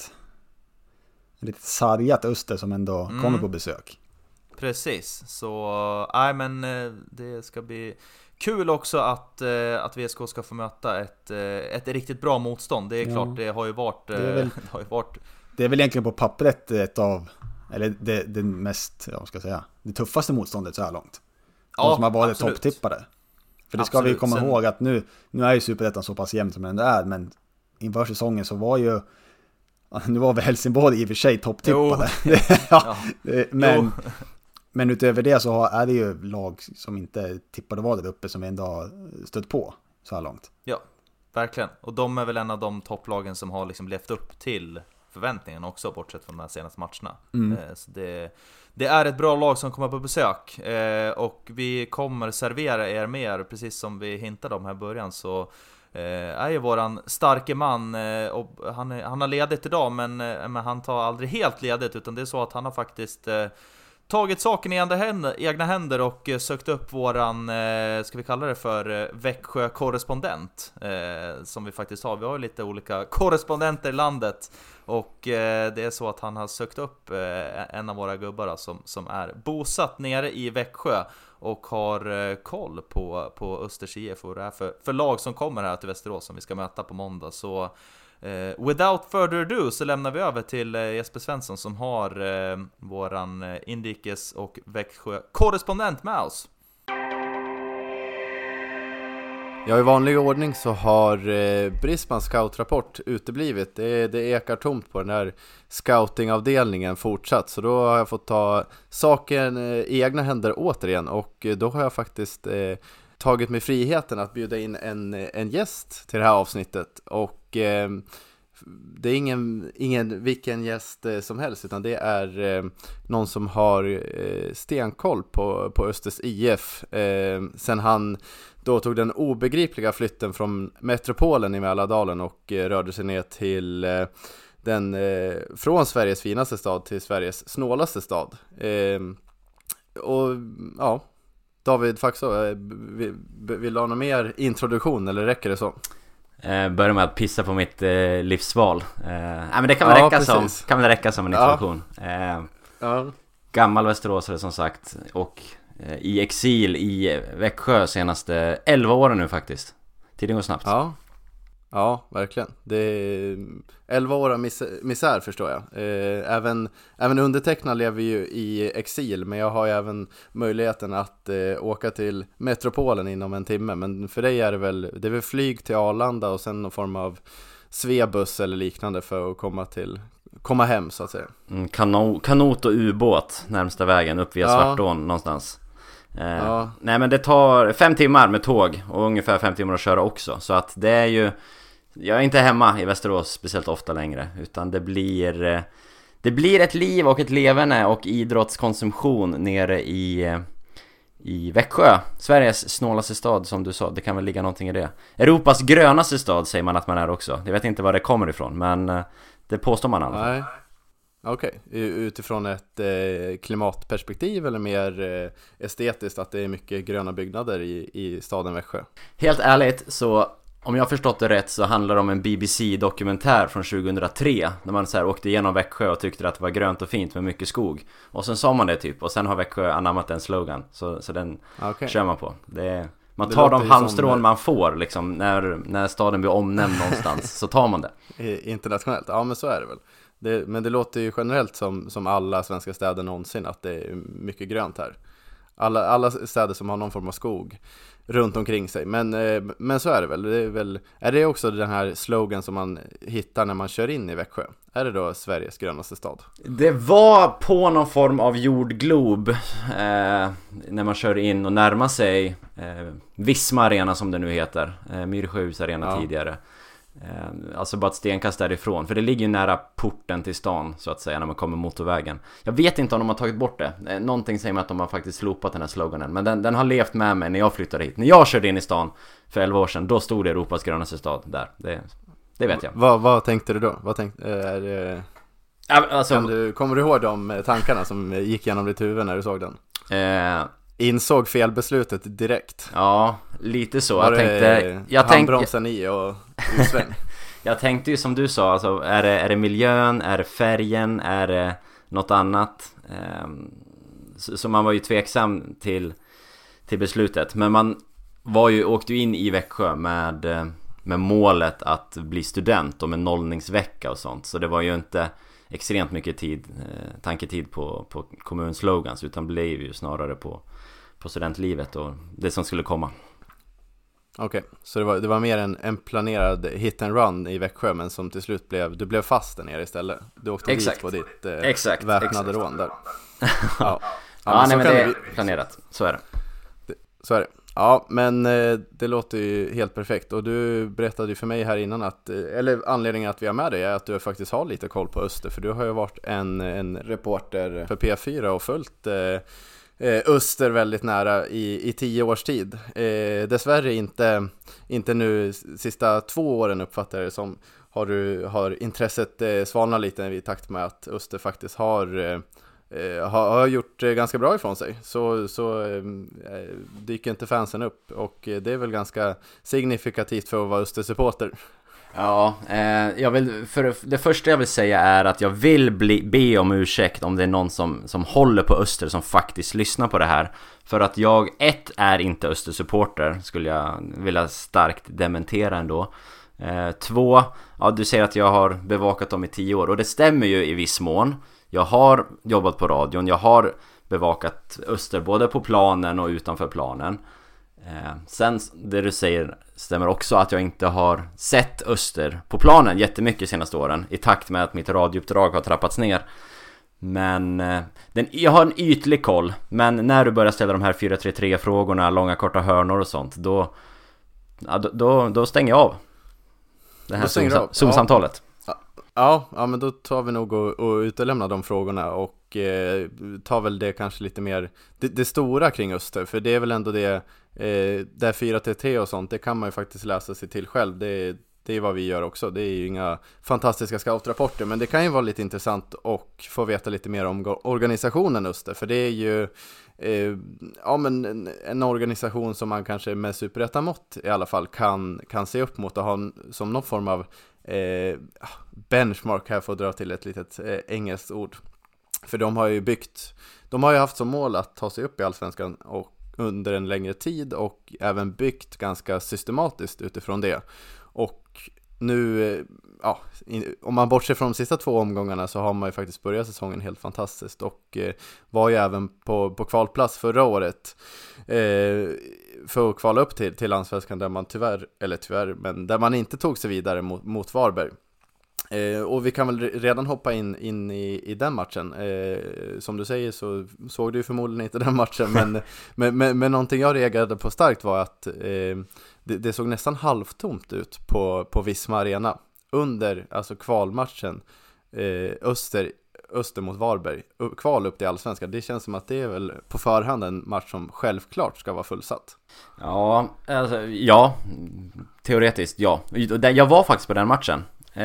sargat Öster som ändå kommer på besök. Precis, så men det ska bli kul också att VSK ska få möta ett riktigt bra motstånd. Det är klart, det har ju varit det är väl egentligen på pappret det mest, det tuffaste motståndet så här långt. De som har varit topptippade. För det ska vi komma ihåg att nu är ju Superettan så pass jämnt som den är, men inför säsongen så var ju nu var väl Helsingborg i och för sig topptippade. Men utöver det så är det ju lag som inte tippade var där uppe som ändå har stött på så här långt. Ja, verkligen. Och de är väl en av de topplagen som har liksom levt upp till förväntningarna också, bortsett från de här senaste matcherna. Så det är ett bra lag som kommer på besök. Och vi kommer servera er mer, precis som vi hintade om här i början, så är ju våran starke man, och han har ledigt idag, men han tar aldrig helt ledigt, utan det är så att han har faktiskt tagit saken i egna händer och sökt upp våran, ska vi kalla det för Växjö-korrespondent, som vi faktiskt har. Vi har ju lite olika korrespondenter i landet, och det är så att han har sökt upp en av våra gubbar som är bosatt nere i Växjö och har koll på Östers IF och det är för lag som kommer här till Västerås som vi ska möta på måndag. Så without further ado så lämnar vi över till Jesper Svensson som har våran inrikes- och Växjö-korrespondent med oss. Ja, i vanlig ordning så har Brisbane scoutrapport uteblivit. Det ekar tomt på den här scoutingavdelningen fortsatt. Så då har jag fått ta saken i egna händer återigen. Och då har jag faktiskt tagit mig friheten att bjuda in en gäst till det här avsnittet. Och det är ingen vilken gäst som helst, utan det är någon som har stenkoll på Östers IF sen han då tog den obegripliga flytten från metropolen i Mälardalen och rörde sig ner till från Sveriges finaste stad till Sveriges snålaste stad. Och ja, David Faxå, vill du ha någon mer introduktion eller räcker det så? Börja med att pissa på mitt livsval. Men det kan väl räcka som en introduktion. Gammal Västeråsare som sagt, och i exil i Växjö senaste 11 åren nu faktiskt. Tiden går snabbt. Ja, verkligen. Det är 11 år av misär förstår jag. Även undertecknad lever ju i exil, men jag har ju även möjligheten att åka till metropolen inom en timme. Men för dig är det är väl flyg till Arlanda och sen någon form av svebuss eller liknande för att komma hem så att säga. Kanot och ubåt närmsta vägen upp via Svartån någonstans. Nej, men det tar 5 timmar med tåg och ungefär 5 timmar att köra också. Så att det är ju, jag är inte hemma i Västerås speciellt ofta längre, utan det blir ett liv och ett levande och idrottskonsumtion nere i Växjö, Sveriges snålaste stad som du sa. Det kan väl ligga någonting i det. Europas grönaste stad säger man att man är också. Jag vet inte var det kommer ifrån, men det påstår man alla. Nej. Okej, utifrån ett klimatperspektiv eller mer estetiskt, att det är mycket gröna byggnader i staden Växjö? Helt ärligt, så om jag har förstått det rätt så handlar det om en BBC-dokumentär från 2003 när man så här åkte igenom Växjö och tyckte att det var grönt och fint med mycket skog. Och sen sa man det typ, och sen har Växjö anammat en slogan. Så den kör man på. Man tar de halmstrån man får liksom, när staden blir omnämnd någonstans, så tar man det. Internationellt, ja men så är det väl. Men det låter ju generellt som alla svenska städer någonsin, att det är mycket grönt här. Alla städer som har någon form av skog runt omkring sig. Men så är det väl. Är det också den här slogan som man hittar när man kör in i Växjö? Är det då Sveriges grönaste stad? Det var på någon form av jordglob när man kör in och närmar sig Visma Arena som det nu heter. Myrsjöhus Arena tidigare. Alltså bara ett stenkast därifrån, för det ligger ju nära porten till stan så att säga när man kommer motorvägen. Jag vet inte om de har tagit bort det. Någonting säger mig att de har faktiskt slopat den här sloganen, men den har levt med mig när jag flyttade hit. När jag körde in i stan för 11 år sedan, då stod det Europas grönaste stad där. Det vet jag. Vad tänkte du då? Kommer du ihåg de tankarna som gick genom ditt huvud när du såg den? Insåg felbeslutet direkt. Ja, lite så. Jag tänkte handbromsen i och utsväng. Jag tänkte ju som du sa, alltså, är det miljön, är det färgen, är det något annat? Så man var ju tveksam till beslutet. Men man åkte ju in i Växjö med målet att bli student och med nollningsvecka och sånt. Så det var ju inte extremt mycket tanketid på kommunslogans, utan blev ju snarare på studentlivet och det som skulle komma. Okej, så det var mer en planerad hit and run i Växjö, men som till slut du blev fast där nere istället. Du åkte dit på ditt väpnade rån där. Men det är planerat, så är det. Så är det. Ja, men det låter ju helt perfekt. Och du berättade ju för mig här innan eller anledningen att vi har med dig är att du faktiskt har lite koll på Öster. För du har ju varit en reporter för P4 och följt Öster väldigt nära i 10 års tid. Dessvärre inte nu sista 2 åren uppfattar det som. Har intresset svalnat lite i takt med att Öster faktiskt har gjort ganska bra ifrån sig, så dyker inte fansen upp, och det är väl ganska signifikativt för att vara Öster-supporter. Ja, det första jag vill säga är att jag vill be om ursäkt om det är någon som håller på Öster som faktiskt lyssnar på det här. För att jag är inte Öster-supporter, skulle jag vilja starkt dementera ändå. 2, du säger att jag har bevakat dem i 10 år, och det stämmer ju i viss mån. Jag har jobbat på radion, jag har bevakat Öster både på planen och utanför planen. Sen det du säger stämmer också, att jag inte har sett Öster på planen jättemycket senaste åren i takt med att mitt radiouppdrag har trappats ner. Men jag har en ytlig koll, men när du börjar ställa de här 4-3-3-frågorna, långa korta hörnor och sånt, då stänger jag av det här Zoom-samtalet. Ja, men då tar vi nog och utelämnar de frågorna och tar väl det kanske lite mer det stora kring Öster, för det är väl ändå det där 4-3 och sånt, det kan man ju faktiskt läsa sig till själv. Det är vad vi gör också. Det är ju inga fantastiska scoutrapporter, men det kan ju vara lite intressant och få veta lite mer om organisationen Öster, för det är ju men en organisation som man kanske med superettamått i alla fall kan se upp mot och ha som någon form av benchmark här, för att dra till ett litet engelskt ord. För de har ju haft som mål att ta sig upp i Allsvenskan och under en längre tid, och även byggt ganska systematiskt utifrån det. Och nu, om man bortser från de sista 2 omgångarna, så har man ju faktiskt börjat säsongen helt fantastiskt och var ju även på kvalplats förra året för att kvala upp till Allsvenskan, där man men där man inte tog sig vidare mot Varberg. Och vi kan väl redan hoppa in i den matchen. Som du säger så såg du förmodligen inte den matchen, men någonting jag reagerade på starkt var att det såg nästan halvtomt ut på Visma Arena under kvalmatchen Öster mot Varberg, kval upp till Allsvenskan. Det känns som att det är väl på förhand en match som självklart ska vara fullsatt. Ja, teoretiskt ja. Jag var faktiskt på den matchen.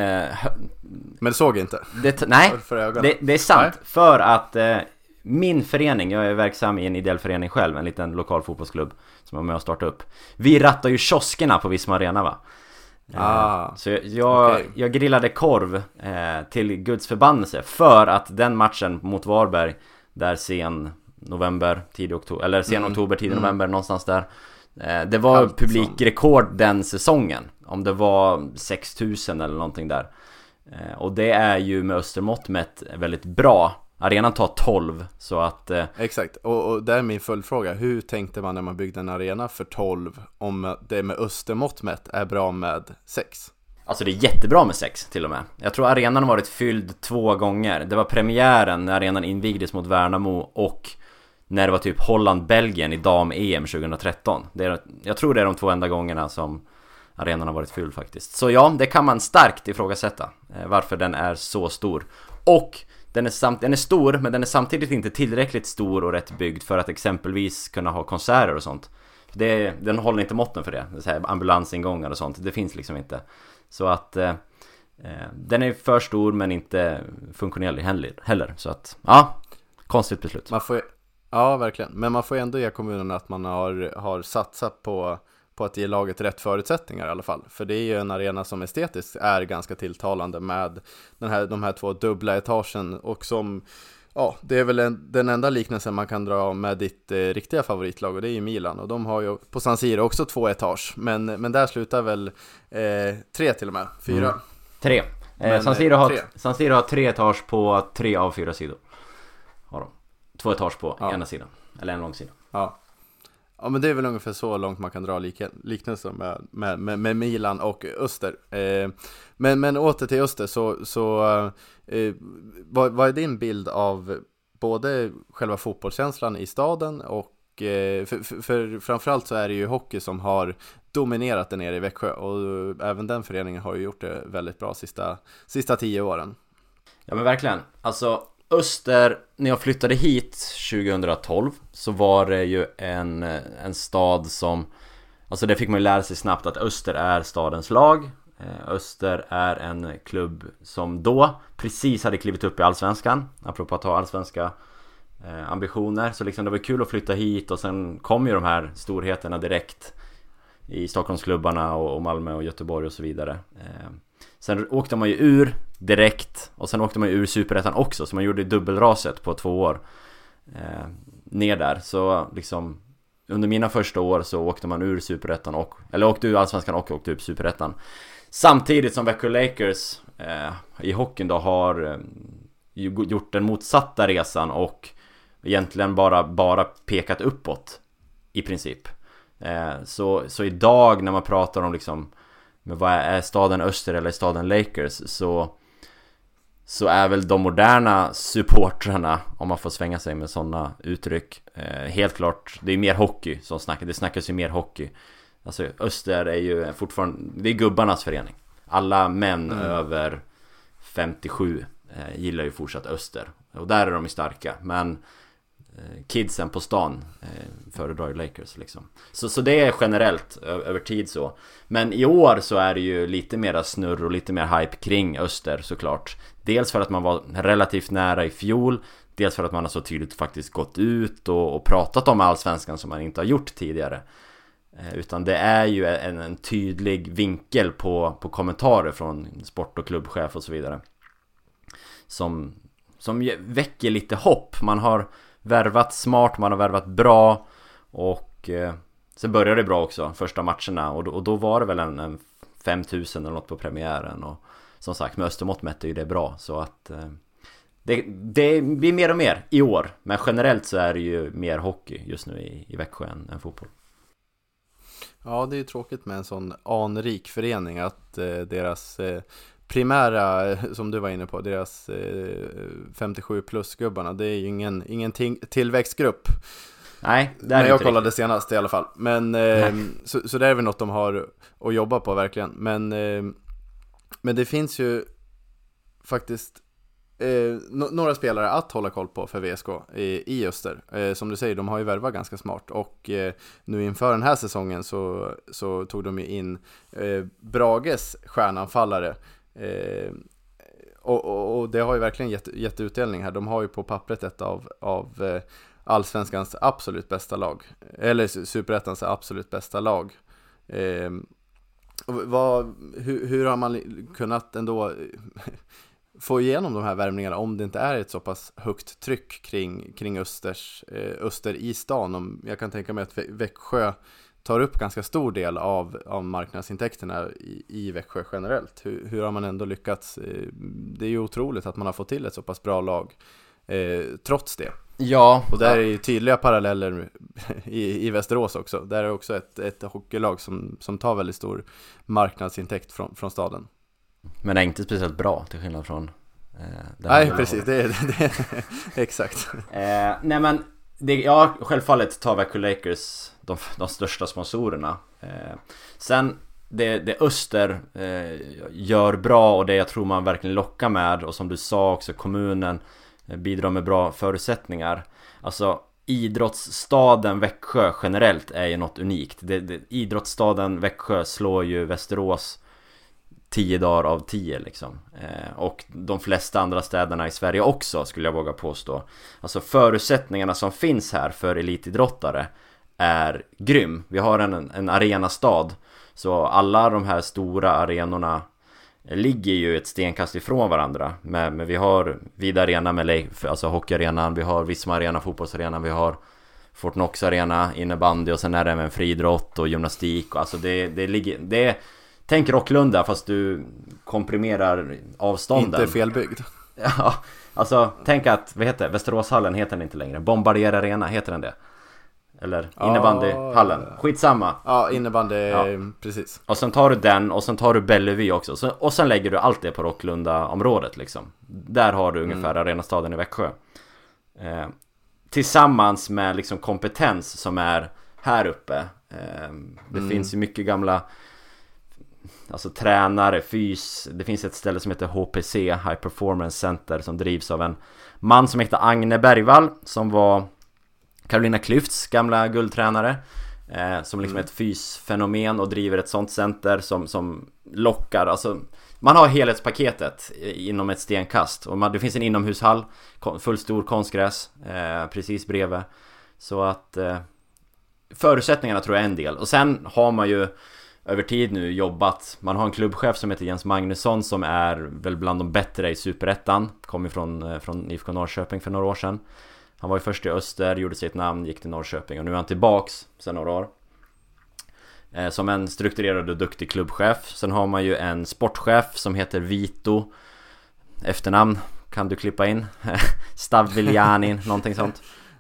Men det såg inte. Nej, det är sant. Nej. För att min förening, jag är verksam i en ideell förening själv, en liten lokal fotbollsklubb som jag är med och starta upp. Vi rattar ju kioskerna på Visma Arena, va? Så jag grillade korv till Guds förbannelse, för att den matchen mot Varberg, där sen november, tidig oktober, eller sen oktober, tidig november, någonstans där, det var publikrekord den säsongen. Om det var 6000 eller någonting där. Och det är ju med Östermått mätt väldigt bra. Arenan tar 12, så att exakt, och där är min följdfråga. Hur tänkte man när man byggde en arena för 12, om det med Östermått mätt är bra med 6? Alltså det är jättebra med 6 till och med. Jag tror arenan har varit fylld 2 gånger. Det var premiären när arenan invigdes mot Värnamo, och när det var typ Holland-Belgien i dam-EM 2013. Jag tror det är de 2 enda gångerna som arenan har varit fylld faktiskt. Så ja, det kan man starkt ifrågasätta, varför den är så stor. Och den är stor, men den är samtidigt inte tillräckligt stor och rätt byggd för att exempelvis kunna ha konserter och sånt. Den håller inte måtten för det. Det är så här ambulansingångar och sånt. Det finns liksom inte. Så att den är för stor men inte funktionell heller. Så att, ja, konstigt beslut. Ja, verkligen. Men man får ändå ge kommunen att man har satsat på att ge laget rätt förutsättningar i alla fall. För det är ju en arena som estetiskt är ganska tilltalande med de här 2 dubbla etagen, och som, det är väl den enda liknelsen man kan dra med ditt riktiga favoritlag, och det är ju Milan. Och de har ju på San Siro också 2 etage, men där slutar väl 3 till och med, 4. 3. San Siro har 3 etage på 3 av 4 sidor. Har de 2 etage på ena sidan, eller en lång sida. Ja, men det är väl ungefär så långt man kan dra liknelser med Milan och Öster. Men åter till Öster, så vad är din bild av både själva fotbollskänslan i staden och för framförallt så är det ju hockey som har dominerat där nere i Växjö, och även den föreningen har ju gjort det väldigt bra sista 10 åren. Ja, men verkligen. Alltså Öster, när jag flyttade hit 2012, så var det ju en stad som, alltså det fick man ju lära sig snabbt, att Öster är stadens lag. Öster är en klubb som då precis hade klivit upp i Allsvenskan, apropå att ha allsvenska ambitioner. Så liksom det var kul att flytta hit, och sen kom ju de här storheterna direkt i Stockholmsklubbarna och Malmö och Göteborg och så vidare. Sen åkte man ju ur direkt, och sen åkte man ju ur Superettan också, så man gjorde dubbelraset på 2 år ner där. Så liksom under mina första år så åkte man ur Superettan åkte ur Allsvenskan och åkte upp Superettan. Samtidigt som Växjö Lakers i hockeyn då har gjort den motsatta resan och egentligen bara pekat uppåt i princip. Så idag när man pratar om liksom, men vad är staden Öster eller staden Lakers, så är väl de moderna supportrarna, om man får svänga sig med sådana uttryck, helt klart, det är mer hockey som det snackas ju mer hockey. Alltså Öster är ju fortfarande, det är gubbarnas förening. Alla män över 57 gillar ju fortsatt Öster. Och där är de ju starka. Men kidsen på stan föredrar ju Lakers liksom. Så det är generellt över tid så. Men i år så är det ju lite mera snurr och lite mer hype kring Öster såklart. Dels för att man var relativt nära i fjol. Dels för att man har så tydligt faktiskt gått ut och pratat om allsvenskan som man inte har gjort tidigare. Utan det är ju en tydlig vinkel på kommentarer från sport- och klubbchef och så vidare. Som väcker lite hopp. Man har värvat smart, man har värvat bra. Och sen började det bra också, första matcherna. Och då var det väl en 5000 eller något på premiären. Och som sagt, med Östermått mätte ju det bra. Så att det blir mer och mer i år. Men generellt så är det ju mer hockey just nu i Växjö än fotboll. Ja, det är ju tråkigt med en sån anrik förening att deras primära, som du var inne på, deras 57 plus-gubbarna, det är ju ingen tillväxtgrupp. Nej, det är men jag inte kollade riktigt. Senast i alla fall. Men så det är väl något de har att jobba på verkligen. Men det finns ju faktiskt några spelare att hålla koll på för VSK i Öster. Som du säger, de har ju värvat ganska smart. Och nu inför den här säsongen så tog de ju in Brages stjärnanfallare. Och det har ju verkligen gett utdelning här. De har ju på pappret ett av allsvenskans absolut bästa lag. Eller superettans absolut bästa lag. Hur har man kunnat ändå få igenom de här värvningarna om det inte är ett så pass högt tryck kring Öster i stan? Jag kan tänka mig att Växjö tar upp ganska stor del av marknadsintäkterna i Växjö generellt. Hur har man ändå lyckats? Det är ju otroligt att man har fått till ett så pass bra lag trots det. Ja. Och där är ju tydliga paralleller i Västerås också. Där är också ett hockeylag som tar väldigt stor marknadsintäkt från staden. Men det är inte speciellt bra till skillnad från nej, precis, det är exakt. Nej men självfallet tar Växjö Lakers de största sponsorerna. Sen det Öster gör bra och det jag tror man verkligen lockar med, och som du sa också, kommunen bidrar med bra förutsättningar. Alltså idrottsstaden Växjö generellt är ju något unikt. Idrottsstaden Växjö slår ju Västerås 10 dagar av 10 liksom. Och de flesta andra städerna i Sverige också, skulle jag våga påstå. Alltså förutsättningarna som finns här för elitidrottare är grym. Vi har en arenastad, så alla de här stora arenorna ligger ju ett stenkast ifrån varandra. Men vi har Vid Arena med alltså hockeyarenan, vi har Visma Arena, fotbollsarenan, vi har Fortnox Arena, innebandy, och sen är det även friidrott och gymnastik. Och alltså det tänk Rocklunda fast du komprimerar avstånden. Inte felbyggd. Ja, alltså tänk att, vad heter Västeråshallen heter den inte längre. Bombardier Arena, heter den det? Eller innebandyhallen. Skitsamma. Ja, innebandy, precis. Och sen tar du den, och sen tar du Bellevue också. Och sen lägger du allt det på Rocklunda-området liksom. Där har du ungefär arenastaden i Växjö. Tillsammans med liksom kompetens som är här uppe. Det finns ju mycket gamla, alltså tränare, fys. Det finns ett ställe som heter HPC, High Performance Center, som drivs av en man som heter Agne Bergvall, som var Carolina Klyfts gamla guldtränare, som liksom ett fysfenomen, och driver ett sånt center som lockar. Alltså man har helhetspaketet inom ett stenkast, och det finns en inomhushall, full stor konstgräs precis bredvid. Så att förutsättningarna tror jag är en del. Och sen har man ju över tid nu jobbat. Man har en klubbchef som heter Jens Magnusson, som är väl bland de bättre i Superettan. Kom från IFK Norrköping för några år sedan. Han var ju först i Öster, gjorde sig ett namn, gick till Norrköping, och nu är han tillbaks sedan några år som en strukturerad och duktig klubbchef. Sen har man ju en sportchef som heter Vito. Efternamn kan du klippa in. Stavviljanin, någonting sånt.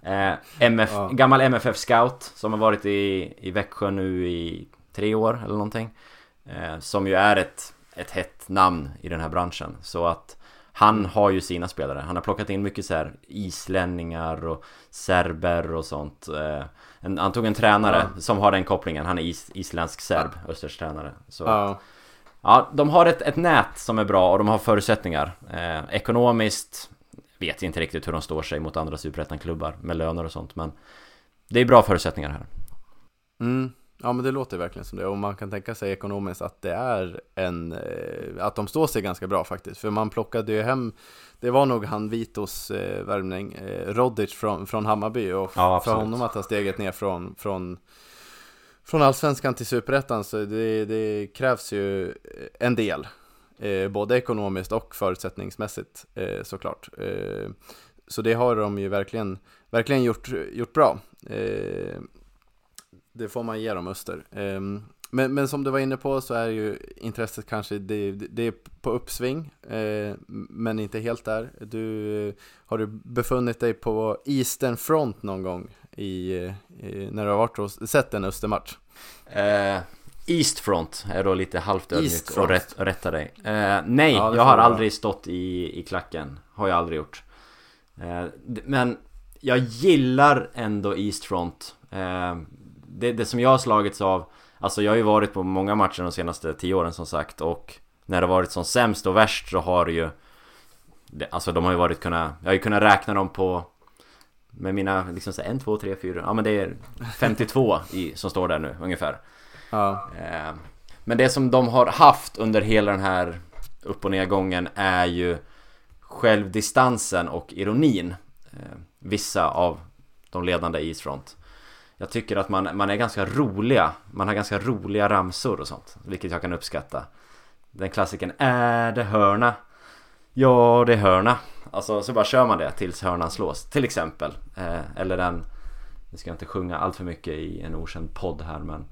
Gammal MFF-scout som har varit i Växjö nu i 3 år eller någonting. Som ju är ett hett namn i den här branschen. Så att han har ju sina spelare. Han har plockat in mycket så här islänningar och serber och sånt. Han tog en tränare som har den kopplingen. Han är isländsk serb, Östers tränare. Så Ja, de har ett nät som är bra och de har förutsättningar. Ekonomiskt vet jag inte riktigt hur de står sig mot andra superettan-klubbar med löner och sånt, men det är bra förutsättningar här. Ja, men det låter verkligen som det. Och man kan tänka sig ekonomiskt att det är att de står sig ganska bra faktiskt. För man plockade ju hem, det var nog han Vitos värvning, Rodic från Hammarby. Och för honom att ta steget ner från allsvenskan till superettan, så det krävs ju en del. Både ekonomiskt och förutsättningsmässigt såklart. Så det har de ju verkligen gjort bra. Det får man ge dem, Öster. Men som du var inne på så är ju intresset kanske det är på uppsving, men inte helt där. Har du befunnit dig på Eastern Front någon gång när du har varit och sett en Östermatch? East Front är då lite halvt ödmjuk och rätta dig. Nej, ja, jag har aldrig stått i klacken. Har jag aldrig gjort. Men jag gillar ändå East Front. Det som jag har slagits av, alltså jag har ju varit på många matcher de senaste 10 åren som sagt, och när det har varit som sämst och värst så har det ju alltså de har ju varit jag har ju kunnat räkna dem på med mina liksom så 1, 2, 3, 4, ja men det är 52 som står där nu ungefär. Ja. Men det som de har haft under hela den här upp- och nedgången är ju självdistansen och ironin. Vissa av de ledande i East Front. Jag tycker att man är ganska roliga. Man har ganska roliga ramsor och sånt, vilket jag kan uppskatta. Den klassiken, är det hörna? Ja, det är hörna. Alltså så bara kör man det tills hörnan slås, till exempel. Eller den, nu ska jag inte sjunga allt för mycket i en okänd podd här, men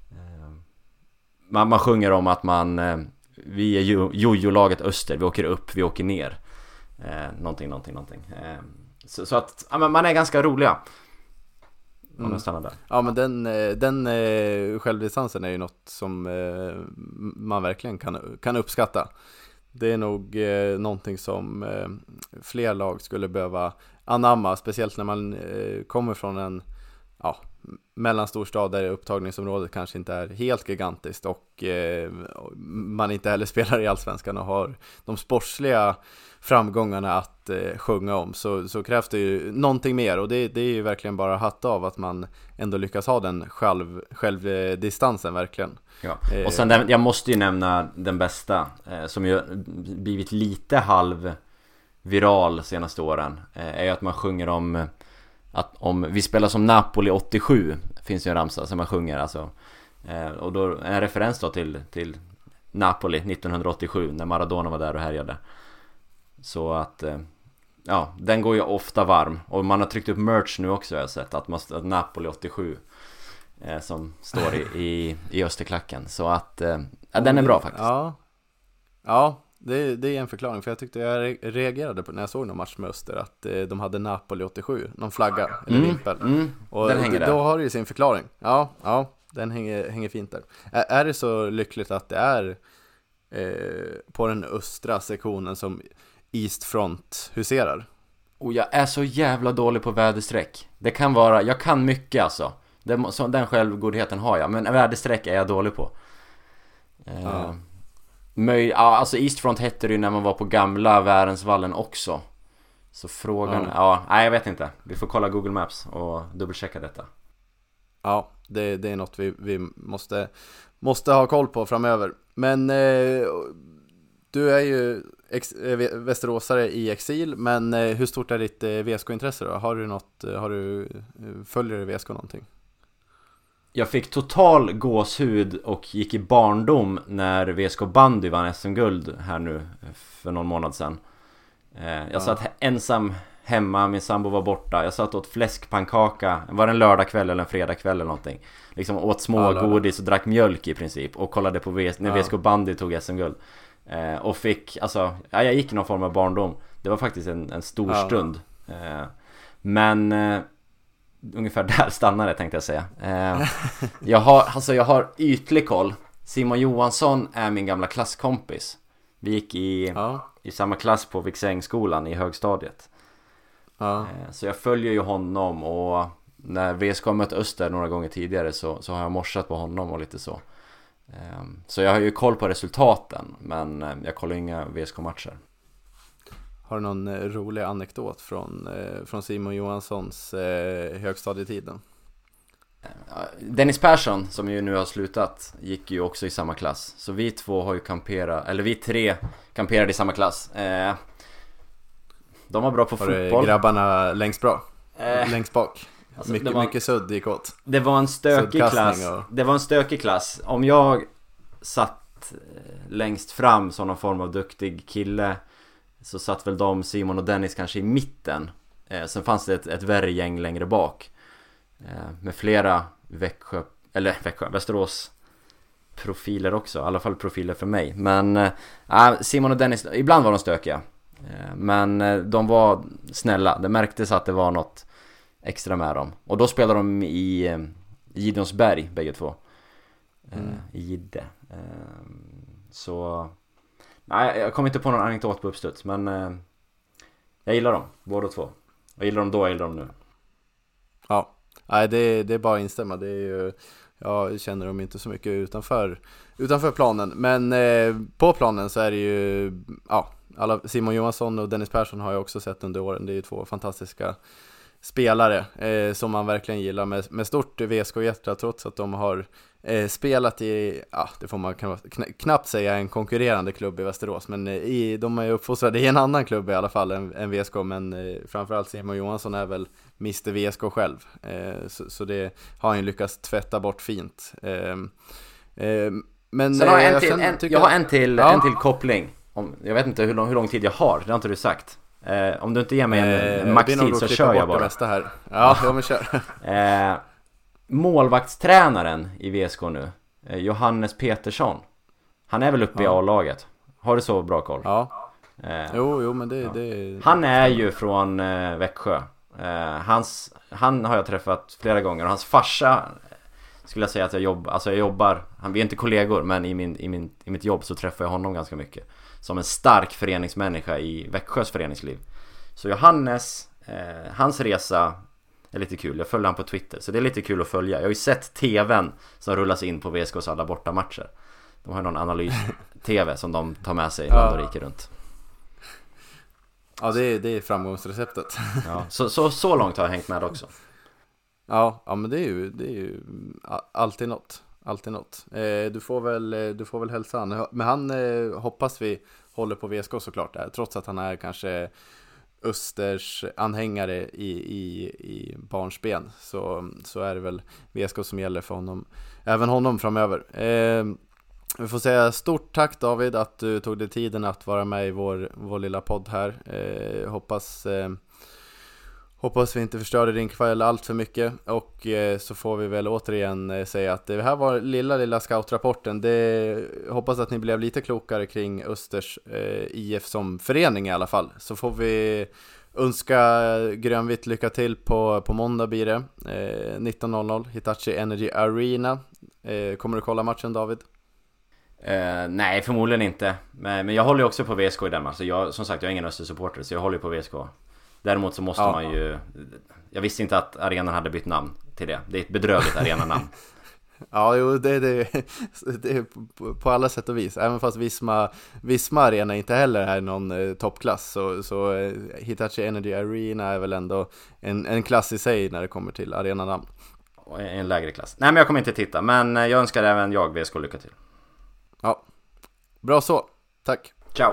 man sjunger om att vi är jojo-laget Öster, vi åker upp, vi åker ner. Någonting. Så att man är ganska roliga. Om jag stannar där. Ja, men den självdistansen är ju något som man verkligen kan uppskatta. Det är nog någonting som fler lag skulle behöva anamma, speciellt när man kommer från en mellanstor stad där upptagningsområdet kanske inte är helt gigantiskt och man inte heller spelar i allsvenskan och har de sportsliga framgångarna att sjunga om, så krävs det ju någonting mer, och det är ju verkligen bara hatt av att man ändå lyckas ha den självdistansen verkligen. Ja. Och sen jag måste ju nämna den bästa som ju blivit lite halv viral senaste åren, är ju att man sjunger om att om vi spelar som Napoli 87, finns ju en ramsa som man sjunger alltså, och då en referens då till Napoli 1987 när Maradona var där och härjade. Så att den går ju ofta varm, och man har tryckt upp merch nu också, jag har sett att Napoli 87 som står i Österklacken, så att den är bra faktiskt. Ja, det är en förklaring, för jag tyckte jag reagerade på när jag såg någon match med Öster att de hade Napoli 87, någon flagga eller vimpel, och den hänger där. Då har det ju sin förklaring. Ja, den hänger fint där. Är det så lyckligt att det är på den östra sektionen som East Front huserar? Och jag är så jävla dålig på väderstreck. Det kan vara, jag kan mycket alltså. Den självgodheten har jag, men väderstreck är jag dålig på. Alltså East Front hette det ju när man var på gamla Värensvallen också. Så frågan, nej jag vet inte. Vi får kolla Google Maps och dubbelchecka detta. Ja, det är något vi måste ha koll på framöver. Men du är ju västeråsare i exil, men hur stort är ditt VSK-intresse då? Följer du VSK någonting? Jag fick total gåshud och gick i barndom när VSK Bandy vann SM-guld här nu för någon månad sedan. Jag satt ensam hemma, min sambo var borta. Jag satt åt fläskpannkaka, var det en lördagkväll eller en fredagkväll eller någonting. Liksom åt smågodis och drack mjölk i princip och kollade på när VSK Bandy tog SM-guld. Och fick, jag gick i någon form av barndom. Det var faktiskt en stor stund. Men ungefär där stannar det, tänkte jag säga. Jag har ytlig koll. Simon Johansson är min gamla klasskompis. Vi gick i samma klass på Viksängsskolan i högstadiet. Så jag följer ju honom, och när VSK mött Öster några gånger tidigare så har jag morsat på honom och lite så. Så jag har ju koll på resultaten, men jag kollar inga VSK-matcher. Har du någon rolig anekdot från Simon Johanssons högstadietiden? Dennis Persson, som ju nu har slutat, gick ju också i samma klass. Så vi två har ju vi tre kamperade i samma klass. De var bra på fotboll. Var det grabbarna längst bak? Alltså, mycket sudd gick åt. Det var en stökig klass. Det var en stökig klass. Om jag satt längst fram som någon form av duktig kille, så satt väl Simon och Dennis kanske i mitten. Sen fanns det ett värre gäng längre bak, med flera Västerås profiler också. I alla fall profiler för mig. Men Simon och Dennis, ibland var de stökiga, men de var snälla. Det märktes att det var något extra med dem. Och då spelade de i Gideonsberg bägge två. I Gidde. Så nej, jag kommer inte på någon anekdot på uppstuds, men jag gillar dem, båda två. Jag gillar dem då, jag gillar dem nu. Ja, nej, det är bara att instämma. Det är ju, jag känner dem inte så mycket utanför planen, men på planen så är det ju Simon Johansson och Dennis Persson har jag också sett under åren. Det är ju två fantastiska spelare som man verkligen gillar med stort VSK-hjärta, trots att de har spelat i, det får man knappt säga en konkurrerande klubb i Västerås, men de är uppfostrade i en annan klubb i alla fall än VSK, men framförallt Simon Johansson är väl Mr. VSK själv, så det har han ju lyckats tvätta bort fint. Men sen har jag har en till koppling. Jag vet inte hur lång tid jag har, det har inte du sagt. Om du inte ger mig en maxtid så kör jag bara. Här. Ja, men kör. Målvaktstränaren i VSK nu, Johannes Petersson. Han är väl uppe i A-laget. Har du så bra koll? Ja. Jo, men det... Han är ju från Växjö. Han har jag träffat flera gånger. Och hans farsa skulle jag säga att jag jobbar. Vi är inte kollegor, men i mitt jobb så träffar jag honom ganska mycket. Som en stark föreningsmänniska i Växjös föreningsliv. Så Johannes, hans resa är lite kul. Jag följer han på Twitter, så det är lite kul att följa. Jag har ju sett tvn som rullas in på VSKs alla bortamatcher. De har någon analys-tv som de tar med sig land och rike runt. Ja, det är framgångsreceptet. Ja, så långt har jag hängt med också. Ja, men det är ju alltid något. Du får väl hälsa han. Men han hoppas vi håller på VSK såklart, trots att han är kanske Östers anhängare i barnsben, så är det väl VSK som gäller för honom, även honom framöver. Vi får säga stort tack, David, att du tog dig tiden att vara med i vår lilla podd här. Hoppas vi inte förstörde din kväll allt för mycket, och så får vi väl återigen säga att det här var lilla scoutrapporten. Hoppas att ni blev lite klokare kring Östers IF som förening i alla fall. Så får vi önska Grönvitt lycka till på måndag blir det 19:00 Hitachi Energy Arena. Kommer du kolla matchen, David? Nej, förmodligen inte. Men jag håller ju också på VSK i den matchen. Som sagt, jag är ingen Öster-supporter, så jag håller ju på VSK. Däremot så måste man ju... Jag visste inte att arenan hade bytt namn till det. Det är ett bedrövligt arenanamn. Ja, jo, det är på alla sätt och vis. Även fast Visma Arena inte heller är någon toppklass, så Hitachi Energy Arena är väl ändå en klass i sig när det kommer till arenanamn. En lägre klass. Nej, men jag kommer inte titta. Men jag önskar även VSK lycka till. Ja, bra så. Tack. Ciao.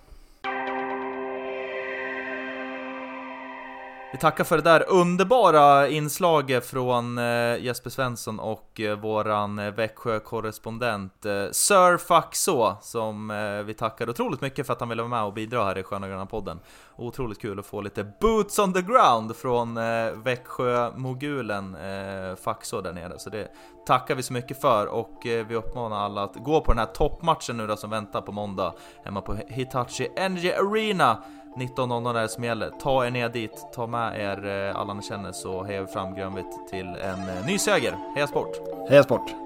Vi tackar för det där underbara inslaget från Jesper Svensson och våran Växjö-korrespondent Sir Faxå, som vi tackar otroligt mycket för att han ville vara med och bidra här i Sköna Gröna podden. Otroligt kul att få lite boots on the ground från Växjö-mogulen Faxå där nere. Så det tackar vi så mycket för, och vi uppmanar alla att gå på den här toppmatchen nu då, som väntar på måndag hemma på Hitachi Energy Arena. 19:00 är det som gäller. Ta er ner dit, ta med er alla ni känner, så hejar vi fram Grönvitt till en ny seger. Heja sport! Heja sport!